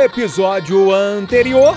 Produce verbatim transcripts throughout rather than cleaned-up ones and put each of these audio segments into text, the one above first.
episódio anterior,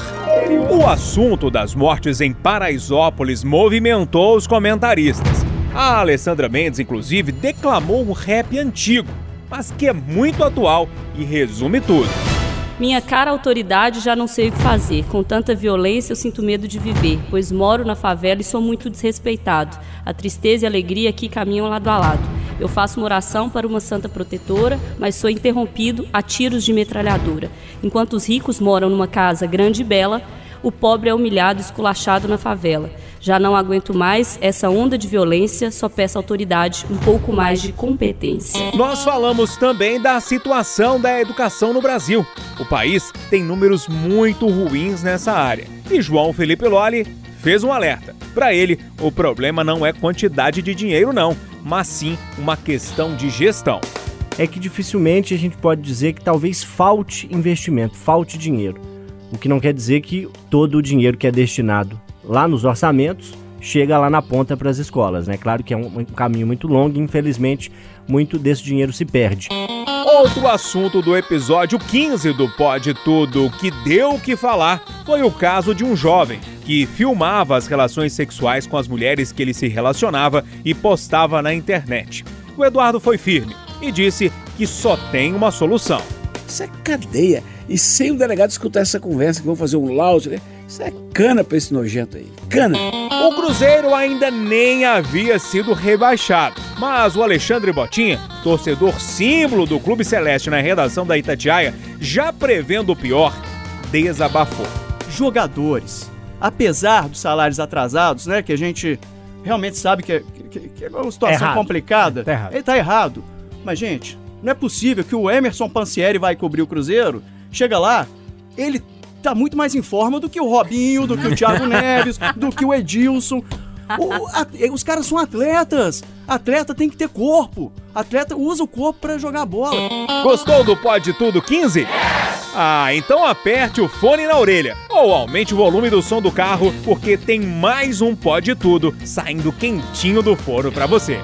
o assunto das mortes em Paraisópolis movimentou os comentaristas. A Alessandra Mendes, inclusive, declamou um rap antigo, mas que é muito atual e resume tudo. Minha cara autoridade, já não sei o que fazer. Com tanta violência eu sinto medo de viver, pois moro na favela e sou muito desrespeitado. A tristeza e a alegria aqui caminham lado a lado. Eu faço uma oração para uma santa protetora, mas sou interrompido a tiros de metralhadora. Enquanto os ricos moram numa casa grande e bela, o pobre é humilhado e esculachado na favela. Já não aguento mais essa onda de violência, só peço à autoridade um pouco mais de competência. Nós falamos também da situação da educação no Brasil. O país tem números muito ruins nessa área. E João Felipe Lolli fez um alerta. Para ele, o problema não é quantidade de dinheiro não, mas sim uma questão de gestão. É que dificilmente a gente pode dizer que talvez falte investimento, falte dinheiro. O que não quer dizer que todo o dinheiro que é destinado lá nos orçamentos chega lá na ponta para as escolas, né? Claro que é um, um caminho muito longo e, infelizmente, muito desse dinheiro se perde. Outro assunto do episódio quinze do Pode Tudo que deu o que falar foi o caso de um jovem que filmava as relações sexuais com as mulheres que ele se relacionava e postava na internet. O Eduardo foi firme e disse que só tem uma solução. Isso é cadeia. E sem o delegado escutar essa conversa, que vão fazer um laudo, né? Isso é cana pra esse nojento aí. Cana. O Cruzeiro ainda nem havia sido rebaixado, mas o Alexandre Botinha, torcedor símbolo do Clube Celeste na redação da Itatiaia, já prevendo o pior, desabafou. Jogadores, apesar dos salários atrasados, né, que a gente realmente sabe que é, que, que é uma situação errado. complicada, tá errado. ele tá errado. Mas, gente, não é possível que o Emerson Pansieri vai cobrir o Cruzeiro, chega lá, ele tá muito mais em forma do que o Robinho, do que o Thiago Neves, do que o Edilson. O, a, os caras são atletas. Atleta tem que ter corpo. Atleta usa o corpo pra jogar bola. Gostou do Pode Tudo quinze? Ah, então aperte o fone na orelha ou aumente o volume do som do carro, porque tem mais um Pode Tudo saindo quentinho do forno pra você.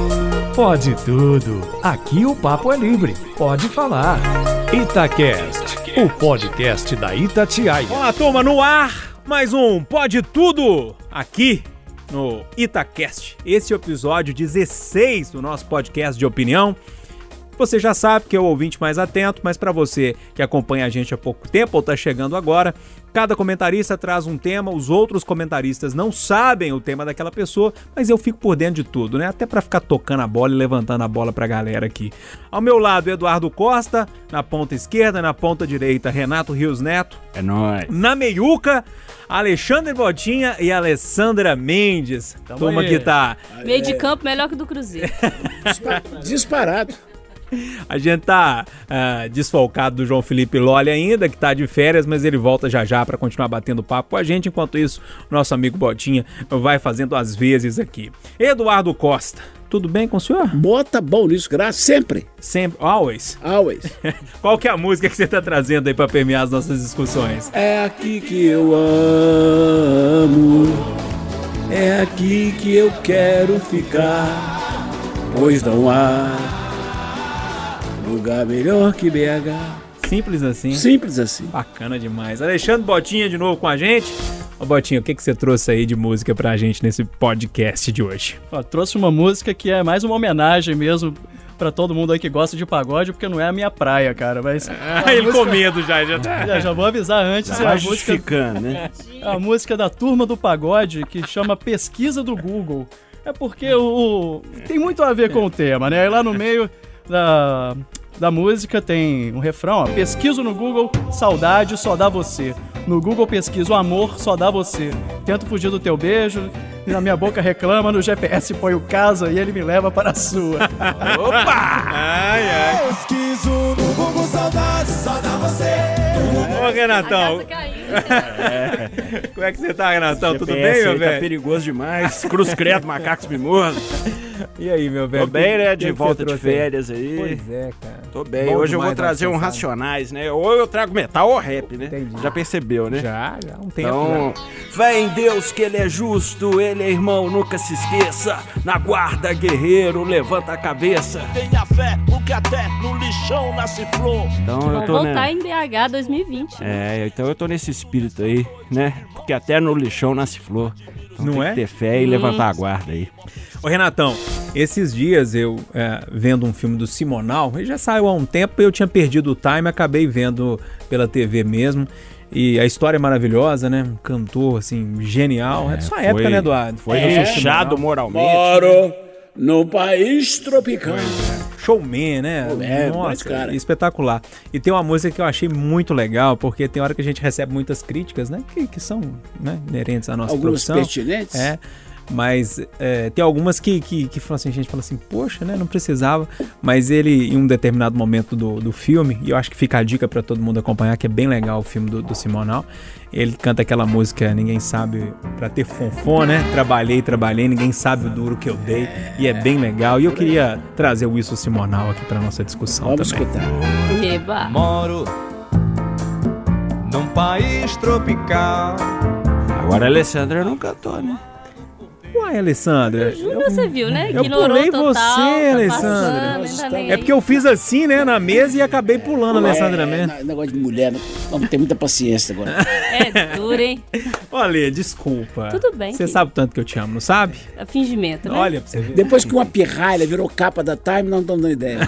Pode Tudo. Aqui o papo é livre. Pode falar. Itacast, o podcast da Itatiaia. Olá, turma, no ar, mais um Pode Tudo aqui no Itacast. Esse é o episódio dezesseis do nosso podcast de opinião. Você já sabe que é o ouvinte mais atento, mas para você que acompanha a gente há pouco tempo ou está chegando agora, cada comentarista traz um tema, os outros comentaristas não sabem o tema daquela pessoa, mas eu fico por dentro de tudo, né? Até para ficar tocando a bola e levantando a bola para a galera aqui. Ao meu lado, Eduardo Costa, na ponta esquerda, na ponta direita, Renato Rios Neto. É nóis. Na meiuca, Alexandre Botinha e Alessandra Mendes. Tamo Turma aí. que tá... Meio de campo melhor que o do Cruzeiro. Disparado. A gente tá uh, desfalcado do João Felipe Lolli ainda, que tá de férias, mas ele volta já já pra continuar batendo papo com a gente. Enquanto isso, nosso amigo Botinha vai fazendo as vezes aqui. Eduardo Costa, tudo bem com o senhor? Bota bom nisso, graças. Sempre. Sempre, always. Always. Qual que é a música que você tá trazendo aí pra permear as nossas discussões? É aqui que eu amo. É aqui que eu quero ficar. Pois não há lugar melhor que B H. Simples assim. Simples assim. Bacana demais. Alexandre Botinha de novo com a gente. Ô Botinha, o que, que você trouxe aí de música pra gente nesse podcast de hoje? Ó, trouxe uma música que é mais uma homenagem mesmo pra todo mundo aí que gosta de pagode, porque não é a minha praia, cara, mas... Ah, ele música... com medo já, já tá. Já, já vou avisar antes. Tá é a música, justificando, né? a música da Turma do Pagode, que chama Pesquisa do Google. É porque o, o tem muito a ver com o tema, né? Lá no meio da... da música tem um refrão, ó, pesquiso no Google, saudade só dá você. No Google pesquiso amor, só dá você. Tento fugir do teu beijo, na minha boca reclama, no G P S põe o caso e ele me leva para a sua. Opa! Ai, ai. Pesquiso no Google, saudade só dá você. Ô, Renatão. É. Como é que você tá, Renatão? Tudo bem, meu Tá velho? perigoso demais. Cruz credo, macacos mimosos. E aí, meu velho? Tô bem, né? De que volta você de trouxe aí? férias aí. Pois é, cara. Tô bem. Bom Hoje eu vou demais, trazer um Marcelo. Racionais, né? Ou eu trago metal ou rap, né? Entendi. Já percebeu, né? Já, já, um tempo Então, fé em Deus que ele é justo, ele é irmão, nunca se esqueça. Na guarda, guerreiro, levanta a cabeça. Tenha fé, porque até no lixão nasce flor. Então eu Vão tô, voltar né? em B H dois mil e vinte. É, então eu tô nesse espírito aí, né? Porque até no lixão nasce flor. Então Não tem é? que ter fé e Hum. levantar a guarda aí. Ô Renatão, esses dias eu é, vendo um filme do Simonal, ele já saiu há um tempo, eu tinha perdido o time, acabei vendo pela T V mesmo. E a história é maravilhosa, né? Um cantor, assim, genial. É, da sua foi- época, né, Eduardo? Foi É. fechado moralmente. Moro num país tropical. Showman, né? É, grande Nossa, cara. espetacular. E tem uma música que eu achei muito legal, porque tem hora que a gente recebe muitas críticas, né? Que, que são né, inerentes à nossa Algumas profissão. pertinentes. É. Mas é, tem algumas que, que, que falam assim, a gente fala assim, poxa, né? Não precisava. Mas ele, em um determinado momento do, do filme, e eu acho que fica a dica pra todo mundo acompanhar, que é bem legal o filme do, do Simonal. Ele canta aquela música Ninguém Sabe Pra Ter Fonfon, né? Trabalhei, trabalhei, ninguém sabe o duro que eu dei. E é bem legal. E eu queria trazer o Wilson Simonal aqui pra nossa discussão Vamos também. escutar. Eba. Moro num país tropical. Agora a Alessandra não cantou, né? Uai, Alessandra. Juro, você viu, né? eu Ignorou pulei total, você, tá Alessandra. passando, nem tá nem É aí. porque eu fiz assim, né, na mesa e acabei pulando a Alessandra É, mesmo. na- negócio de mulher, não- vamos ter muita paciência agora. É duro, hein? Olha, desculpa. Tudo bem, Você querido. sabe o tanto que eu te amo, não sabe? É fingimento, né? Olha pra você ver. Depois que uma pirralha virou capa da Time, não estamos dando ideia.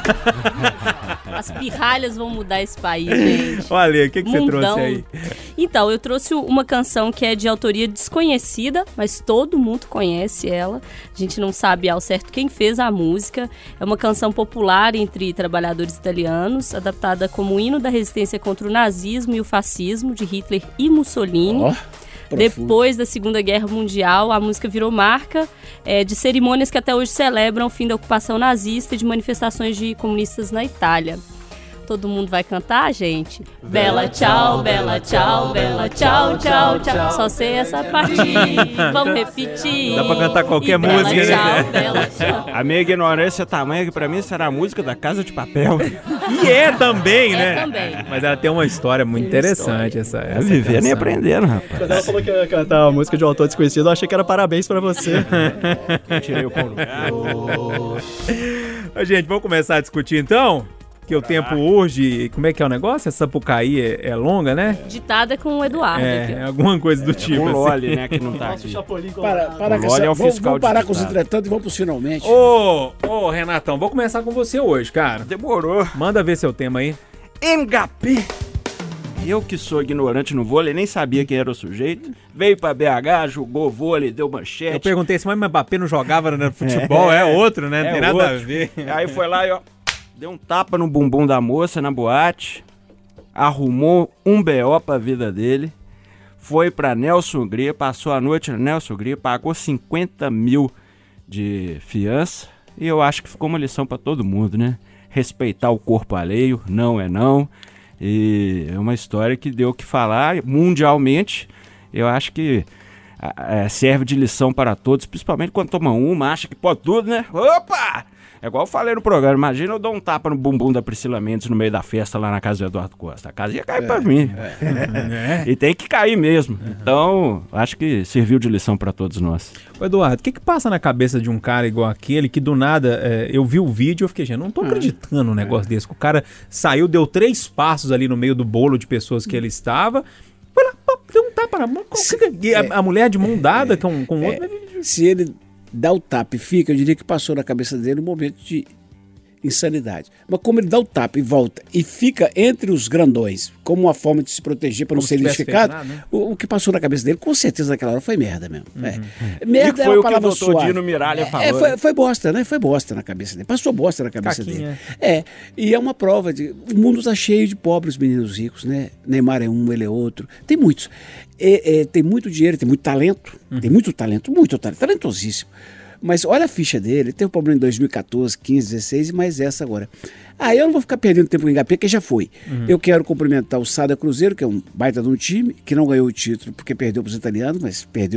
As pirralhas vão mudar esse país, gente. Olha, o que, que você Mundão. trouxe aí? Então, eu trouxe uma canção que é de autoria desconhecida, mas todo mundo conhece ela. A gente não sabe ao certo quem fez a música. É uma canção popular entre trabalhadores italianos, adaptada como hino da resistência contra o nazismo e o fascismo de Hitler e Mussolini. Ó, profundo. Depois da Segunda Guerra Mundial, a música virou marca é, de cerimônias que até hoje celebram o fim da ocupação nazista e de manifestações de comunistas na Itália. Todo mundo vai cantar, gente? Bela tchau, bela tchau, bela tchau, tchau, tchau. Só sei essa parte. Vamos repetir. Dá pra cantar qualquer E bela música, né? tchau, bela tchau. A minha ignorância é tamanha que pra mim será a música da Casa de Papel. E é também, É né? também. Mas ela tem uma história muito Tem uma interessante, essa, É essa vivendo e canção. aprendendo, rapaz. Quando ela falou que ia cantar uma música de um autor desconhecido, eu achei que era parabéns pra você. Tirei o pão no gato. Ô, gente, vamos começar a discutir então? Que o tempo urge. Como é que é o negócio? Essa Sapucaí é, é longa, né? Ditada com o Eduardo. aqui, É, ó. alguma coisa do tipo. O assim. Loli, né, que não tá Nosso aqui. Chapolin Para, colorado. para O com Loli essa, é o vamos, fiscal vamos parar com os digital. entretanto e vamos pros finalmente. Ô, ô, Renatão, vou começar com você hoje, cara. Demorou. Manda ver seu tema aí. Mbappé. Eu que sou ignorante no vôlei, nem sabia quem era o sujeito. Veio pra B H, jogou vôlei, deu manchete. Eu perguntei se o Mbappé não jogava no futebol, é, outro, né? Não É tem nada a outro. ver. Aí foi lá e ó, deu um tapa no bumbum da moça na boate, arrumou um B O pra vida dele, foi pra Nelson Hungria, passou a noite na Nelson Hungria, pagou cinquenta mil de fiança e eu acho que ficou uma lição pra todo mundo, né? Respeitar o corpo alheio, não é não. E é uma história que deu o que falar mundialmente. Eu acho que é, serve de lição para todos, principalmente quando toma uma, acha que pode tudo, né? Opa! É igual eu falei no programa, imagina eu dou um tapa no bumbum da Priscila Mendes no meio da festa lá na casa do Eduardo Costa. A casa ia cair é, pra mim. É. E tem que cair mesmo. Então, acho que serviu de lição para todos nós. Ô Eduardo, o que que passa na cabeça de um cara igual aquele que do nada, é, eu vi o vídeo e eu fiquei, gente, não tô acreditando num negócio desse. O cara saiu, deu três passos ali no meio do bolo de pessoas que ele estava, foi lá, pô, deu um tapa na mão. E a, a mulher de mão dada com, com o outro. Se ele dá o tapa e fica, eu diria que passou na cabeça dele um momento de insanidade. Mas como ele dá o tapa e volta e fica entre os grandões, como uma forma de se proteger para não Como ser se tivesse identificado, feito nada, né? o, o que passou na cabeça dele, com certeza naquela hora foi merda mesmo. Uhum. É. Merda E é foi uma o que o palavra doutor suave. Dino Miralha falou, É, foi, né? foi bosta, né? Foi bosta na cabeça dele. Passou bosta na cabeça Caquinha. dele. É, e é uma prova de... O mundo está cheio de pobres meninos ricos, né? Neymar é um, ele é outro. Tem muitos. É, é, tem muito dinheiro, tem muito talento. Uhum. Tem muito talento, muito talento. Talentosíssimo. Mas olha a ficha dele, teve um problema em dois mil e quatorze, quinze, dezesseis e mais essa agora. Ah, eu não vou ficar perdendo tempo com o Mbappé, que já foi. Uhum. Eu quero cumprimentar o Sada Cruzeiro, que é um baita de um time, que não ganhou o título porque perdeu para os italianos, mas perdeu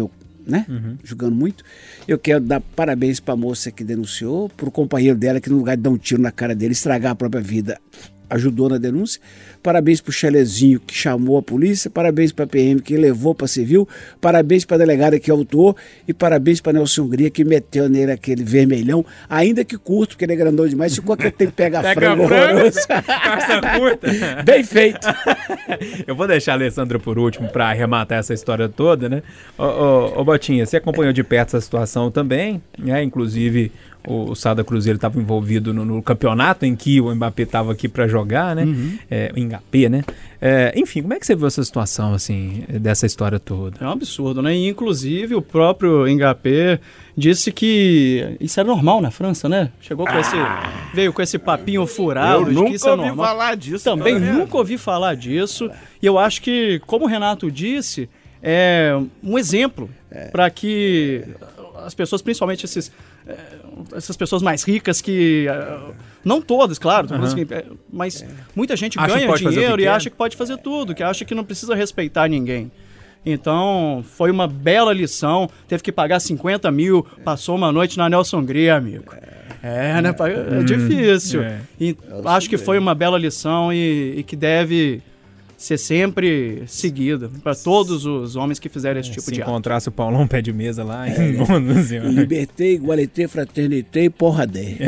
né? Uhum. Jogando muito. Eu quero dar parabéns para a moça que denunciou, para o companheiro dela que no lugar de dar um tiro na cara dele, estragar a própria vida, ajudou na denúncia. Parabéns para o Chelezinho que chamou a polícia, parabéns para a P M que levou para civil, parabéns para a delegada que autuou e parabéns para Nelson Hungria que meteu nele aquele vermelhão, ainda que curto, porque ele é grandão demais, ficou aquele tempo pega, pega frango horroroso. curta. Bem feito. Eu vou deixar a Alessandra por último para arrematar essa história toda, né? Ô, ô, ô Botinha, você acompanhou de perto essa situação também, né? Inclusive o, o Sada Cruzeiro estava envolvido no, no campeonato em que o Mbappé estava aqui para jogar, né? Uhum. É, o Mbappé, né? É, enfim, como é que você viu essa situação, assim, dessa história toda? É um absurdo, né? E, inclusive, o próprio Mbappé disse que isso é normal na França, né? Chegou com ah, esse... Veio com esse papinho furado eu de nunca que isso é ouvi normal. falar disso. Também tá nunca ouvi falar disso. E eu acho que, como o Renato disse, é um exemplo é. para que as pessoas, principalmente esses... essas pessoas mais ricas que... Não todas, claro, uhum. assim, mas é. muita gente acha ganha dinheiro e acha que pode fazer tudo, que acha que não precisa respeitar ninguém. Então, foi uma bela lição. Teve que pagar cinquenta mil, passou uma noite na Nelson Hungria, amigo. É, né? É hum, difícil. É. E acho que foi uma bela lição e, e que deve ser sempre seguida para todos os homens que fizerem esse tipo Se de ato. Se encontrasse o Paulão pé de mesa lá, é. em Londres. Liberté, igualité, fraternité, porradé.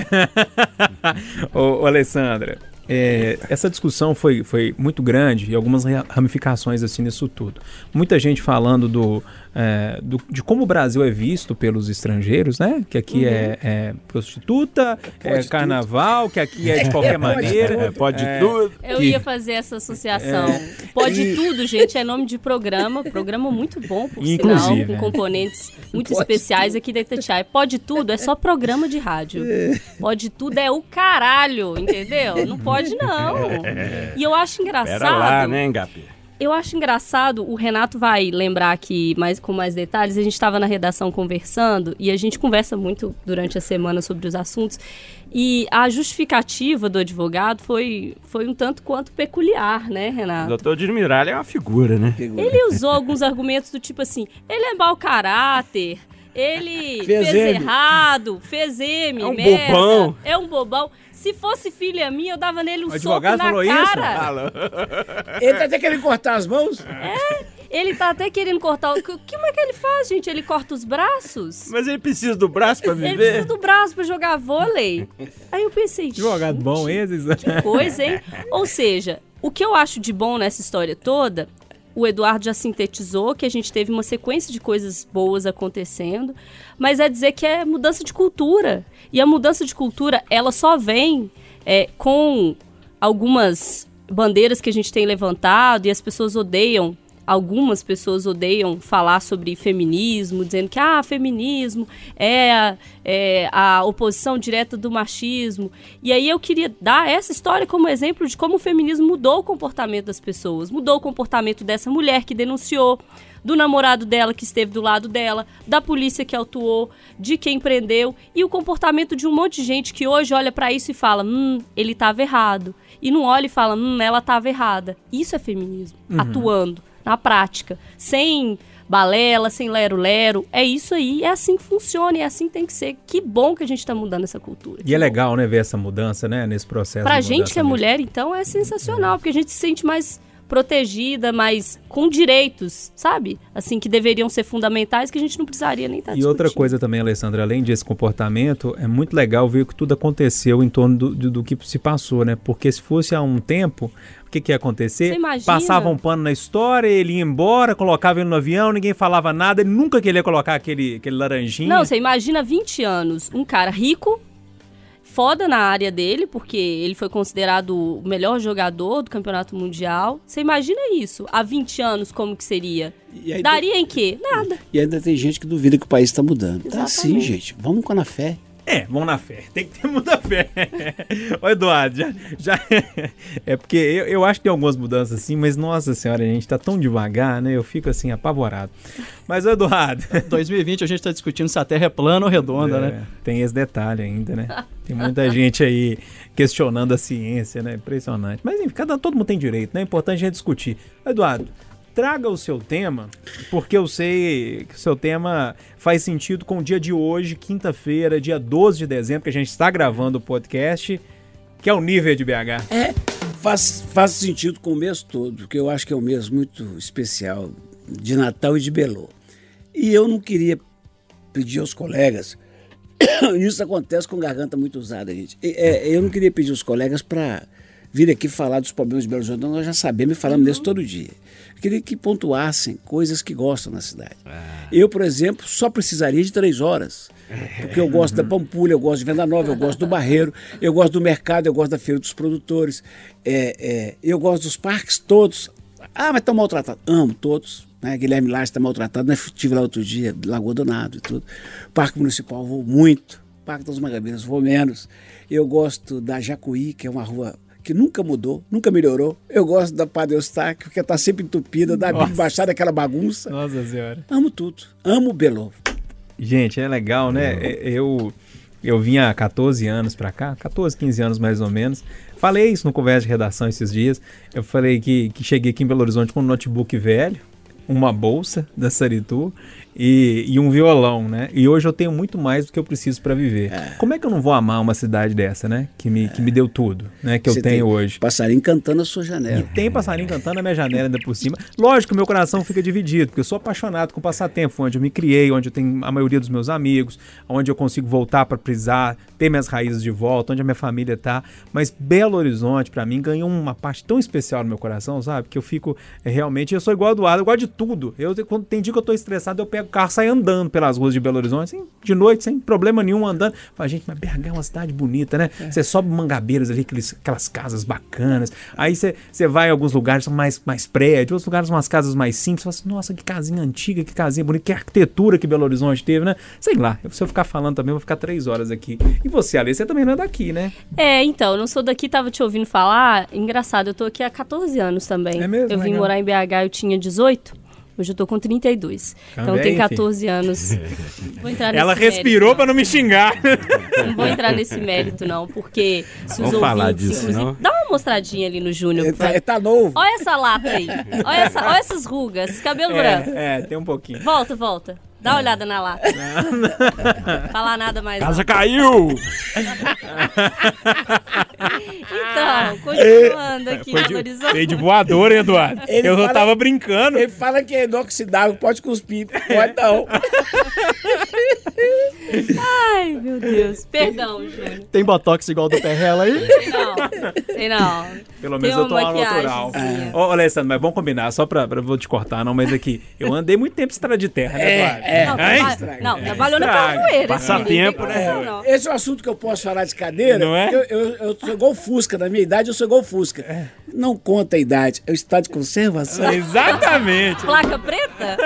ô, ô, Alessandra, é, essa discussão foi, foi muito grande e algumas ramificações assim nisso tudo. Muita gente falando do, é, do, de como o Brasil é visto pelos estrangeiros, né? Que aqui uhum. é, é prostituta, pode é carnaval, tudo. Que aqui é de qualquer é, maneira. É, pode é, tudo. Eu que... ia fazer essa associação. É. Pode tudo, gente, é nome de programa. Programa muito bom, por Inclusive, sinal, com componentes muito pode especiais tudo. Aqui da Itatiaia. Pode tudo, é só programa de rádio. Pode tudo é o caralho, entendeu? Não pode não. E eu acho engraçado... Pera lá, né, Mbappé? Eu acho engraçado, o Renato vai lembrar aqui mais, com mais detalhes, a gente estava na redação conversando, e a gente conversa muito durante a semana sobre os assuntos, e a justificativa do advogado foi, foi um tanto quanto peculiar, né, Renato? O doutor Dirmiralha é uma figura, né? Ele usou alguns argumentos do tipo assim, ele é mau caráter... Ele fez, fez errado, fez M, é um merda, bobão. É um bobão. Se fosse filha minha, eu dava nele um o soco na falou cara. Isso? Ele tá até querendo cortar as mãos? É, ele tá até querendo cortar... O que é que ele faz, gente? Ele corta os braços? Mas ele precisa do braço pra viver? Ele precisa do braço pra jogar vôlei. Aí eu pensei... Jogado bom esses? Que coisa, hein? Ou seja, o que eu acho de bom nessa história toda... O Eduardo já sintetizou que a gente teve uma sequência de coisas boas acontecendo, mas é dizer que é mudança de cultura. E a mudança de cultura, ela só vem é, com algumas bandeiras que a gente tem levantado e as pessoas odeiam, algumas pessoas odeiam falar sobre feminismo, dizendo que ah, feminismo é a, é a oposição direta do machismo. E aí eu queria dar essa história como exemplo de como o feminismo mudou o comportamento das pessoas, mudou o comportamento dessa mulher que denunciou, do namorado dela que esteve do lado dela, da polícia que autuou, de quem prendeu, e o comportamento de um monte de gente que hoje olha pra isso e fala, hum, ele estava errado. E não olha e fala, hum, ela estava errada. Isso é feminismo, uhum. atuando. Na prática, sem balela, sem lero-lero, é isso aí, é assim que funciona, é assim que tem que ser. Que bom que a gente está mudando essa cultura. E é legal, né, ver essa mudança, né, nesse processo. Pra gente que é mulher, então, é sensacional, é. porque a gente se sente mais protegida, mas com direitos, sabe? Assim, que deveriam ser fundamentais, que a gente não precisaria nem estar discutindo. E outra coisa também, Alessandra, além desse comportamento, é muito legal ver que tudo aconteceu em torno do, do, do que se passou, né? Porque se fosse há um tempo, o que, que ia acontecer? Passava um pano na história, ele ia embora, colocava ele no avião, ninguém falava nada, ele nunca queria colocar aquele, aquele laranjinha. Não, você imagina vinte anos, um cara rico, foda na área dele, porque ele foi considerado o melhor jogador do campeonato mundial. Você imagina isso? Há vinte anos, como que seria? Ainda, daria em quê? Nada. E ainda tem gente que duvida que o país está mudando. Tá assim, gente. Vamos com a fé. É, vamos na fé. Tem que ter muita fé. Ô, Eduardo, já... já é porque eu, eu acho que tem algumas mudanças assim, mas, nossa senhora, a gente tá tão devagar, né? Eu fico, assim, apavorado. Mas, ô, Eduardo... dois mil e vinte a gente tá discutindo se a Terra é plana ou redonda, é, né? Tem esse detalhe ainda, né? Tem muita gente aí questionando a ciência, né? Impressionante. Mas, enfim, cada, todo mundo tem direito, né? É importante a gente discutir. Eduardo, traga o seu tema, porque eu sei que o seu tema faz sentido com o dia de hoje, quinta-feira, dia doze de dezembro, que a gente está gravando o podcast, que é o nível de B H. É, faz, faz sentido com o mês todo, porque eu acho que é um mês muito especial de Natal e de Belô. E eu não queria pedir aos colegas, isso acontece com garganta muito usada, gente. É, eu não queria pedir aos colegas para vir aqui falar dos problemas de Belo Horizonte, nós já sabemos e falamos uhum. disso todo dia. Eu queria que pontuassem coisas que gostam na cidade. Ah. Eu, por exemplo, só precisaria de três horas, porque eu gosto da Pampulha, eu gosto de Venda Nova, eu gosto do Barreiro, eu gosto do mercado, eu gosto da Feira dos Produtores, é, é, eu gosto dos parques todos. Ah, mas estão maltratados. Amo todos. Né? Guilherme Lages está maltratado, né? Estive lá outro dia, Lagoa do Nado e tudo. Parque Municipal vou muito, Parque das Mangabeiras vou menos. Eu gosto da Jacuí, que é uma rua que nunca mudou, nunca melhorou. Eu gosto da Padre Eustáquio, porque está sempre entupida, da Big Baixada, aquela bagunça. Nossa Senhora. Amo tudo. Amo o Belô. Gente, é legal, né? Eu, eu vim há catorze anos pra cá, catorze, quinze anos mais ou menos. Falei isso no Conversa de Redação esses dias. Eu falei que, que cheguei aqui em Belo Horizonte com um notebook velho, uma bolsa da Saritu e, e um violão, né? E hoje eu tenho muito mais do que eu preciso para viver. É. Como é que eu não vou amar uma cidade dessa, né? Que me, é. que me deu tudo, né? Que Você eu tenho hoje. Passarinho cantando a sua janela. E tem passarinho cantando na minha janela ainda por cima. Lógico que o meu coração fica dividido, porque eu sou apaixonado com o passatempo, onde eu me criei, onde eu tenho a maioria dos meus amigos, onde eu consigo voltar para prisar, ter minhas raízes de volta, onde a minha família tá. Mas Belo Horizonte, para mim, ganhou uma parte tão especial no meu coração, sabe? Que eu fico é, realmente... Eu sou igual ao Eduardo, eu gosto de tudo. Eu, quando tem dia que eu tô estressado, eu pego o carro e saio andando pelas ruas de Belo Horizonte, assim, de noite, sem problema nenhum, andando. Fala, gente, mas B H é uma cidade bonita, né? Você é. sobe Mangabeiras ali, aqueles, aquelas casas bacanas. Aí você vai em alguns lugares, são mais, mais prédios, outros lugares umas casas mais simples. Você fala assim, nossa, que casinha antiga, que casinha bonita, que arquitetura que Belo Horizonte teve, né? Sei lá, se eu ficar falando também, eu vou ficar três horas aqui. E você, Alice, você também não é daqui, né? É, então, eu não sou daqui, tava te ouvindo falar. Engraçado, eu tô aqui há catorze anos também. É mesmo? Eu vim legal. morar em B H, eu tinha dezoito. Hoje eu tô com trinta e dois. Também, então tem catorze anos. Vou entrar nesse Ela respirou mérito, pra não me xingar. Não vou entrar nesse mérito, não, porque se os Vamos falar ouvintes, disso, inclusive, não? dá uma mostradinha ali no Júnior. Tá, tá novo. Olha essa lata aí. Olha, essa, olha essas rugas. Cabelo branco. É, é, tem um pouquinho. Volta, volta. Dá uma olhada na lata. Falar nada mais. Casa não. caiu! Então, continuando aqui Foi no de, Horizonte. veio de voador, hein, Eduardo? Ele eu fala- não tava brincando. Ele fala que é inoxidável, pode cuspir, pode não. Ai, meu Deus. Perdão, Júnior. Tem botox igual do Perrela aí? Tem não. Tem não. Pelo Tem menos eu tô uma lá no natural. maquiagemzinha. Ô, Alessandro, mas vamos combinar, só pra, pra vou te cortar, não, mas aqui, eu andei muito tempo estrada de terra, né, Eduardo? É, Não, Hein? traba- não, trabalhou na Estraga. capoeira. Passatempo, filho, não tem né? condição, não. Esse é um assunto que eu posso falar de cadeira. Não é? Eu, eu, eu sou igual Fusca, na minha idade eu sou igual Fusca. Não conta a idade, é o estado de conservação. Exatamente. Placa preta?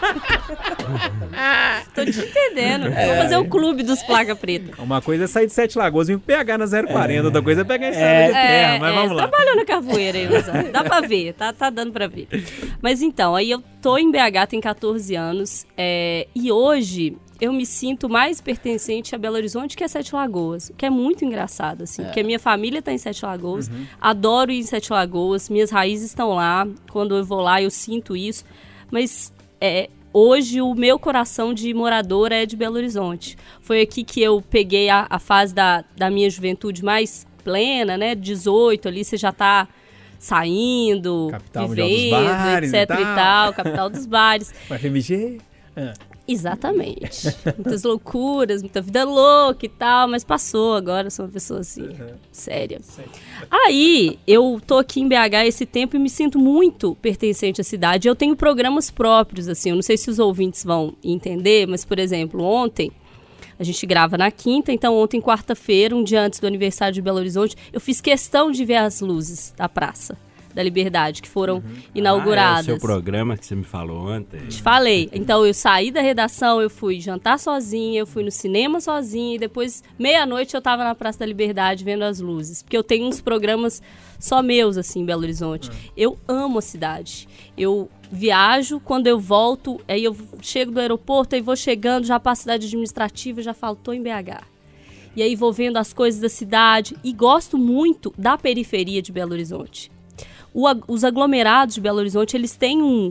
Tô te entendendo. Vamos fazer o clube dos placa preta. Uma coisa é sair de Sete Lagoas e vir pegar na zero quarenta, outra coisa é pegar em estrada de terra, mas é, vamos você lá. trabalhou na capoeira aí, Luzão. Dá pra ver, tá, tá dando pra ver. Mas então, aí eu tô em B H, tem catorze anos, é, e hoje eu me sinto mais pertencente a Belo Horizonte que a Sete Lagoas, o que é muito engraçado, assim, porque a minha família tá em Sete Lagoas, adoro ir em Sete Lagoas, minhas raízes estão lá, quando eu vou lá eu sinto isso, mas é, hoje o meu coração de moradora é de Belo Horizonte. Foi aqui que eu peguei a, a fase da, da minha juventude mais plena, né, dezoito ali, você já tá saindo, Capital mundial dos vivendo, bares e etc e tal. tal, capital dos bares. O F M G? Ah. Exatamente. Muitas loucuras, muita vida louca e tal, mas passou agora, eu sou uma pessoa assim, uhum. séria. Aí, eu tô aqui em B H esse tempo e me sinto muito pertencente à cidade. Eu tenho programas próprios, assim, eu não sei se os ouvintes vão entender, mas, por exemplo, ontem, a gente grava na quinta, então ontem, quarta-feira, um dia antes do aniversário de Belo Horizonte, eu fiz questão de ver as luzes da Praça da Liberdade, que foram uhum. inauguradas. Ah, é o seu programa que você me falou ontem. Te falei. Então, eu saí da redação, eu fui jantar sozinha, eu fui no cinema sozinha, e depois, meia-noite, eu tava na Praça da Liberdade vendo as luzes. Porque eu tenho uns programas só meus, assim, em Belo Horizonte. Uhum. Eu amo a cidade. Eu viajo, quando eu volto, aí eu chego do aeroporto, aí vou chegando, já passo a cidade administrativa, já falo, tô em B H. E aí vou vendo as coisas da cidade, e gosto muito da periferia de Belo Horizonte. o, os aglomerados de Belo Horizonte, eles têm um...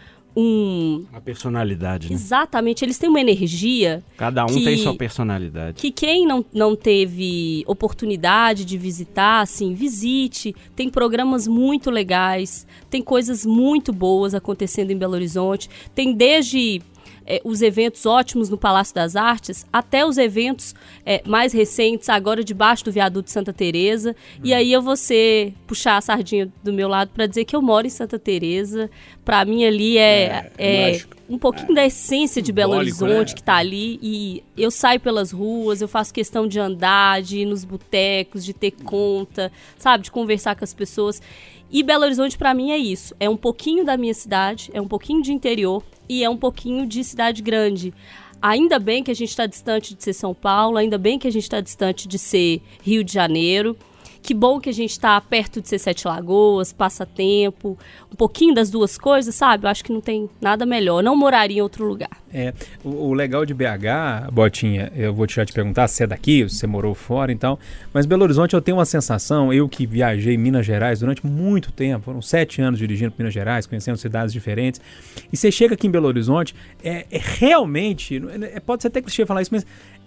um uma personalidade, né? Exatamente, eles têm uma energia... Cada um que, tem sua personalidade. Que quem não, não teve oportunidade de visitar, assim, visite. Tem programas muito legais, tem coisas muito boas acontecendo em Belo Horizonte. Tem desde... É, os eventos ótimos no Palácio das Artes, até os eventos é, mais recentes, agora debaixo do viaduto de Santa Teresa. Hum. E aí eu vou ser, puxar a sardinha do meu lado para dizer que eu moro em Santa Teresa. Para mim ali é, é, é um pouquinho é. da essência de Belo Simbólico, Horizonte, né? Que está ali. E eu saio pelas ruas, eu faço questão de andar, de ir nos botecos, de ter conta, sabe? De conversar com as pessoas. E Belo Horizonte, para mim, é isso. É um pouquinho da minha cidade, é um pouquinho de interior e é um pouquinho de cidade grande. Ainda bem que a gente está distante de ser São Paulo, ainda bem que a gente está distante de ser Rio de Janeiro. Que bom que a gente está perto de ser Sete Lagoas, Passatempo, um pouquinho das duas coisas, sabe? Eu acho que não tem nada melhor. Eu não moraria em outro lugar. É, o, o legal de B H, Botinha, eu vou já te perguntar se é daqui, se você morou fora e então, tal, mas Belo Horizonte eu tenho uma sensação, eu que viajei em Minas Gerais durante muito tempo, foram sete anos dirigindo para Minas Gerais, conhecendo cidades diferentes, e você chega aqui em Belo Horizonte, é, é realmente, é, pode ser até clichê falar isso, mas...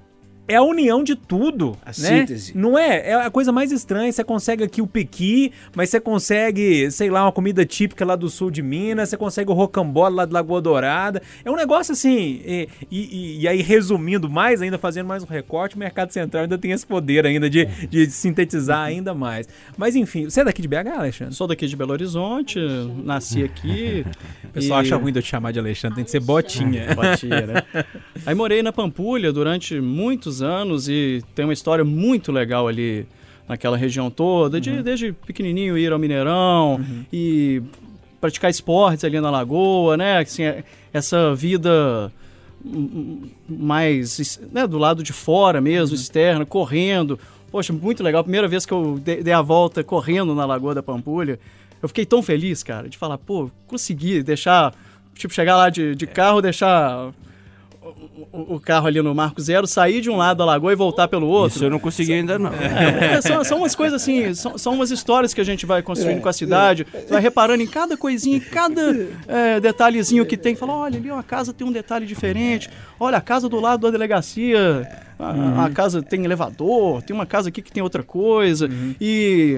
é a união de tudo, a né? síntese. Não é? É a coisa mais estranha. Você consegue aqui o pequi, mas você consegue, sei lá, uma comida típica lá do sul de Minas, você consegue o rocambole lá de Lagoa Dourada. É um negócio assim, e, e, e aí resumindo mais ainda, fazendo mais um recorte, o Mercado Central ainda tem esse poder ainda de, de sintetizar ainda mais. Mas enfim, você é daqui de B H, Alexandre? Sou daqui de Belo Horizonte, nasci aqui. O pessoal e... acha ruim de eu te chamar de Alexandre, tem que ser Botinha. Botinha, né? Aí morei na Pampulha durante muitos anos e tem uma história muito legal ali naquela região toda, de, uhum. desde pequenininho ir ao Mineirão uhum. e praticar esportes ali na Lagoa, né? Assim, essa vida mais, né, do lado de fora mesmo, uhum. externa, correndo. Poxa, muito legal. Primeira vez que eu dei a volta correndo na Lagoa da Pampulha, eu fiquei tão feliz, cara, de falar, pô, consegui deixar, tipo, chegar lá de, de carro, deixar... O, o carro ali no Marco Zero, sair de um lado da lagoa e voltar pelo outro. Isso eu não consegui ainda não. É, são, são umas coisas assim, são, são umas histórias que a gente vai construindo com a cidade, você vai reparando em cada coisinha, em cada é, detalhezinho que tem. Fala, olha, ali uma casa tem um detalhe diferente, olha, a casa do lado da delegacia, a, uhum. a casa tem elevador, tem uma casa aqui que tem outra coisa, uhum. e...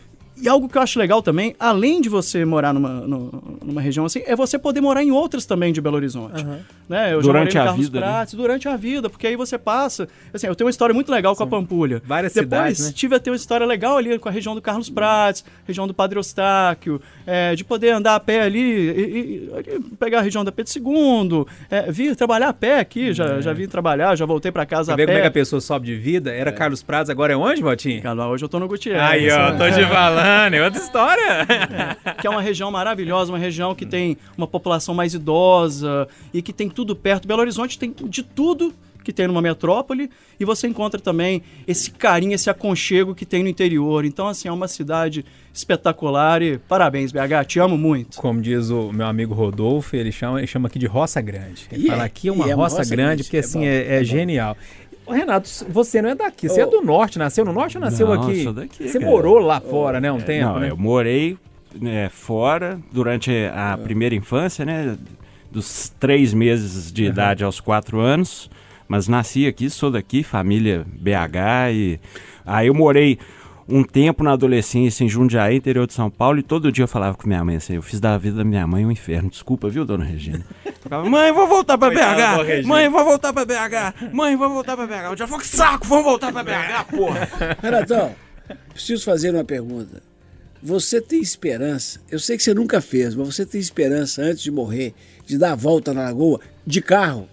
E algo que eu acho legal também, além de você morar numa, no, numa região assim, é você poder morar em outras também de Belo Horizonte. Uhum. Né? Eu durante já morei a em Carlos vida, Prates, né? durante a vida, porque aí você passa... Assim, eu tenho uma história muito legal com Sim. a Pampulha. Várias Depois, cidades, né? tive a ter uma história legal ali com a região do Carlos Prates, região do Padre Eustáquio, é, de poder andar a pé ali, e, e, pegar a região da Pedro segundo, é, vir trabalhar a pé aqui, já, é. já vim trabalhar, já voltei pra casa você a vê pé. Como é que a pessoa sobe de vida? Era é. Carlos Prates, agora é onde, Botinho? Hoje eu tô no Gutierrez. Aí, ó, tô te falando, é outra história. É, que é uma região maravilhosa, uma região que tem uma população mais idosa e que tem tudo perto. Belo Horizonte tem de tudo que tem numa metrópole e você encontra também esse carinho, esse aconchego que tem no interior. Então, assim, é uma cidade espetacular e parabéns, B H, te amo muito. Como diz o meu amigo Rodolfo, ele chama, ele chama aqui de Roça Grande. Ele e fala é, aqui é uma, é uma roça, roça grande, grande, porque assim, é, é, é genial. Ô, Renato, você não é daqui, você oh. é do norte, nasceu no norte ou nasceu não, aqui? Eu sou daqui, você cara. morou lá fora, né, um é, tempo, não, né? eu morei é, fora durante a uhum. primeira infância, né, dos três meses de uhum. idade aos quatro anos, mas nasci aqui, sou daqui, família B H, e aí eu morei um tempo na adolescência em Jundiaí, interior de São Paulo, e todo dia eu falava com minha mãe assim, eu fiz da vida da minha mãe um inferno, desculpa, viu, dona Regina? Eu falava, mãe, vou voltar pra B H, mãe, vou voltar pra B H, mãe, vou voltar pra B H, eu já falei, que saco, vamos voltar pra B H, porra. Renatão, preciso fazer uma pergunta. Você tem esperança, eu sei que você nunca fez, mas você tem esperança antes de morrer, de dar a volta na lagoa, de carro?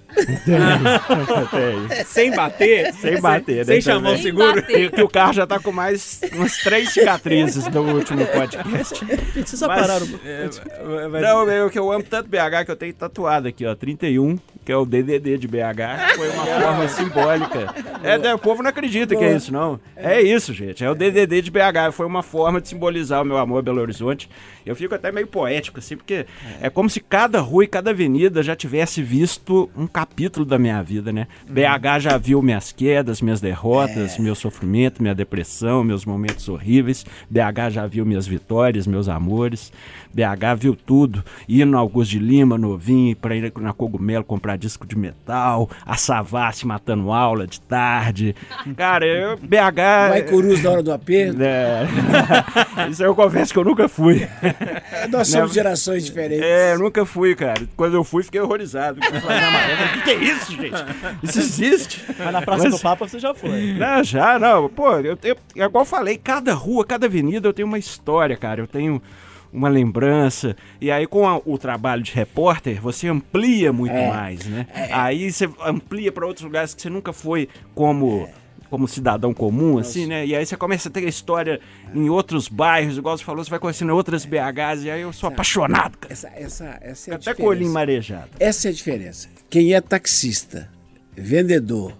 Tem. Sem bater? Sem bater, Sem, sem chamar o seguro? Que, que o carro já tá com mais umas três cicatrizes do último podcast. Vocês pararam? É, mas... Não, eu que eu amo tanto B H que eu tenho tatuado aqui, ó, trinta e um, que é o D D D de B H, foi uma forma simbólica. É, né, o povo não acredita que é isso, não. É isso, gente, é o D D D de B H, foi uma forma de simbolizar o meu amor a Belo Horizonte. Eu fico até meio poético, assim, porque é como se cada rua e cada avenida já tivesse visto um capítulo da minha vida, né? Uhum. B H já viu minhas quedas, minhas derrotas, é. meu sofrimento, minha depressão, meus momentos horríveis. B H já viu minhas vitórias, meus amores. B H viu tudo, ir no Augusto de Lima, novinho, pra ir na Cogumelo comprar disco de metal, a Savassi matando aula de tarde. Cara, eu, B H... Vai Curuz na hora do aperto. É. Isso eu confesso que eu nunca fui. Nós somos gerações diferentes. É, eu nunca fui, cara. Quando eu fui, fiquei horrorizado. Eu falei, não, mas, o que, que é isso, gente? Isso existe. Mas na Praça mas... do Papa você já foi. Não, já, não. Pô, eu, eu, igual eu falei, cada rua, cada avenida eu tenho uma história, cara. Eu tenho uma lembrança, e aí com a, o trabalho de repórter, você amplia muito é. mais, né? É. Aí você amplia para outros lugares que você nunca foi como... É. como cidadão comum, assim, né? E aí você começa a ter a história em outros bairros, igual você falou, você vai conhecendo outras B Hs, e aí eu sou essa, apaixonado, cara. Essa, essa, essa é a Até com o olhinho marejado. Essa é a diferença. Quem é taxista, vendedor,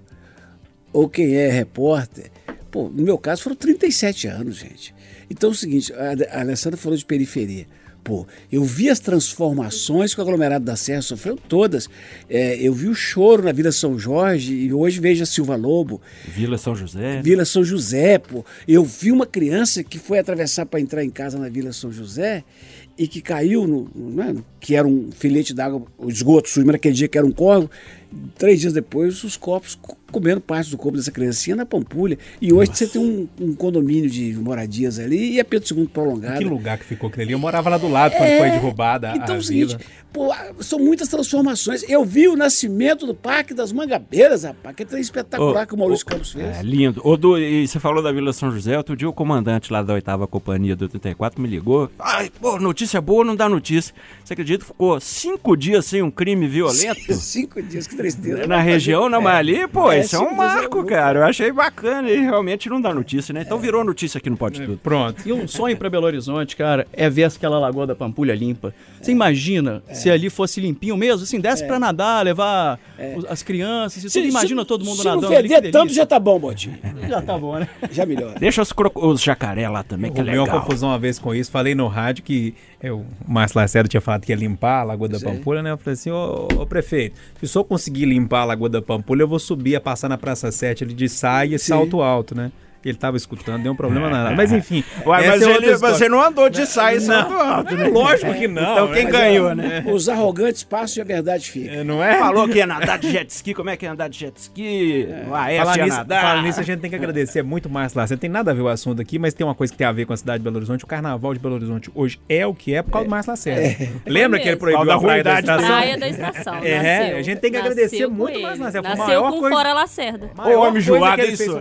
ou quem é repórter, pô, no meu caso foram trinta e sete anos, gente. Então é o seguinte, a Alessandra falou de periferia. Pô, eu vi as transformações que o aglomerado da Serra sofreu todas. É, eu vi o choro na Vila São Jorge e hoje vejo a Silva Lobo. Vila São José. Vila São José, pô. Eu vi uma criança que foi atravessar para entrar em casa na Vila São José e que caiu, no, no, que era um filete d'água, o esgoto sujo, naquele dia que era um córrego. Três dias depois, os corpos comendo parte do corpo dessa criancinha na Pampulha. E hoje Nossa. Você tem um, um condomínio de moradias ali e a Pedro segundo prolongado. Que lugar que ficou aquele ali? Eu morava lá do lado quando é, foi derrubada a Então é o vila. seguinte, pô, são muitas transformações. Eu vi o nascimento do Parque das Mangabeiras, rapaz, que é tão espetacular oh, que o Maurício oh, Campos fez. É lindo. Oh, do, e você falou da Vila São José, outro dia o comandante lá da oitava Companhia do trinta e quatro me ligou. Ai, pô, notícia boa não dá notícia. Você acredita que ficou cinco dias sem um crime violento? Cinco dias, que tristeza. Na região, não, é. Mas ali, pô, é, isso é um marco, cara. Eu achei bacana e realmente não dá notícia, né? Então virou notícia aqui no Pode Tudo. Pronto. E um sonho pra Belo Horizonte, cara, é ver aquela Lagoa da Pampulha limpa. Você é. imagina é. se ali fosse limpinho mesmo, assim, desse é. pra nadar, levar é. as crianças, se, se tudo, imagina se, todo mundo se nadando. Se não feder tanto, já tá bom, Botinho. Já tá bom, né? Já melhora. Deixa os, cro... os jacaré lá também, que é legal. Eu uma confusão uma vez com isso, falei no rádio que eu, o Márcio Lacerda tinha falado que ia limpar a Lagoa da Pampulha, né? Eu falei assim, ô, ô prefeito, se o senhor conseguir limpar a Lagoa da Pampulha, eu vou subir a passar na Praça sete ali de saia e salto alto, né? Ele tava escutando, deu um problema nada. Mas enfim. Ué, mas é ele, você não andou de saia e salto alto, né? Lógico que não. Então quem ganhou, né? Os arrogantes passam e a verdade fica. É, não é? Falou que ia nadar de jet ski, como é que ia andar de jet ski? É. Ah, é, falar, ia nisso, nadar. falar nisso, a gente tem que agradecer muito mais lá. Você não tem nada a ver o assunto aqui, mas tem uma coisa que tem a ver com a cidade de Belo Horizonte. O Carnaval de Belo Horizonte hoje é o que é por causa é. do Márcio Lacerda. É. Lembra é que ele proibiu a praia da estação? Praia da estação. É, nasceu, a gente tem que agradecer muito mais Lacerda. Nasceu com coisa... fora Lacerda. O homem joado isso.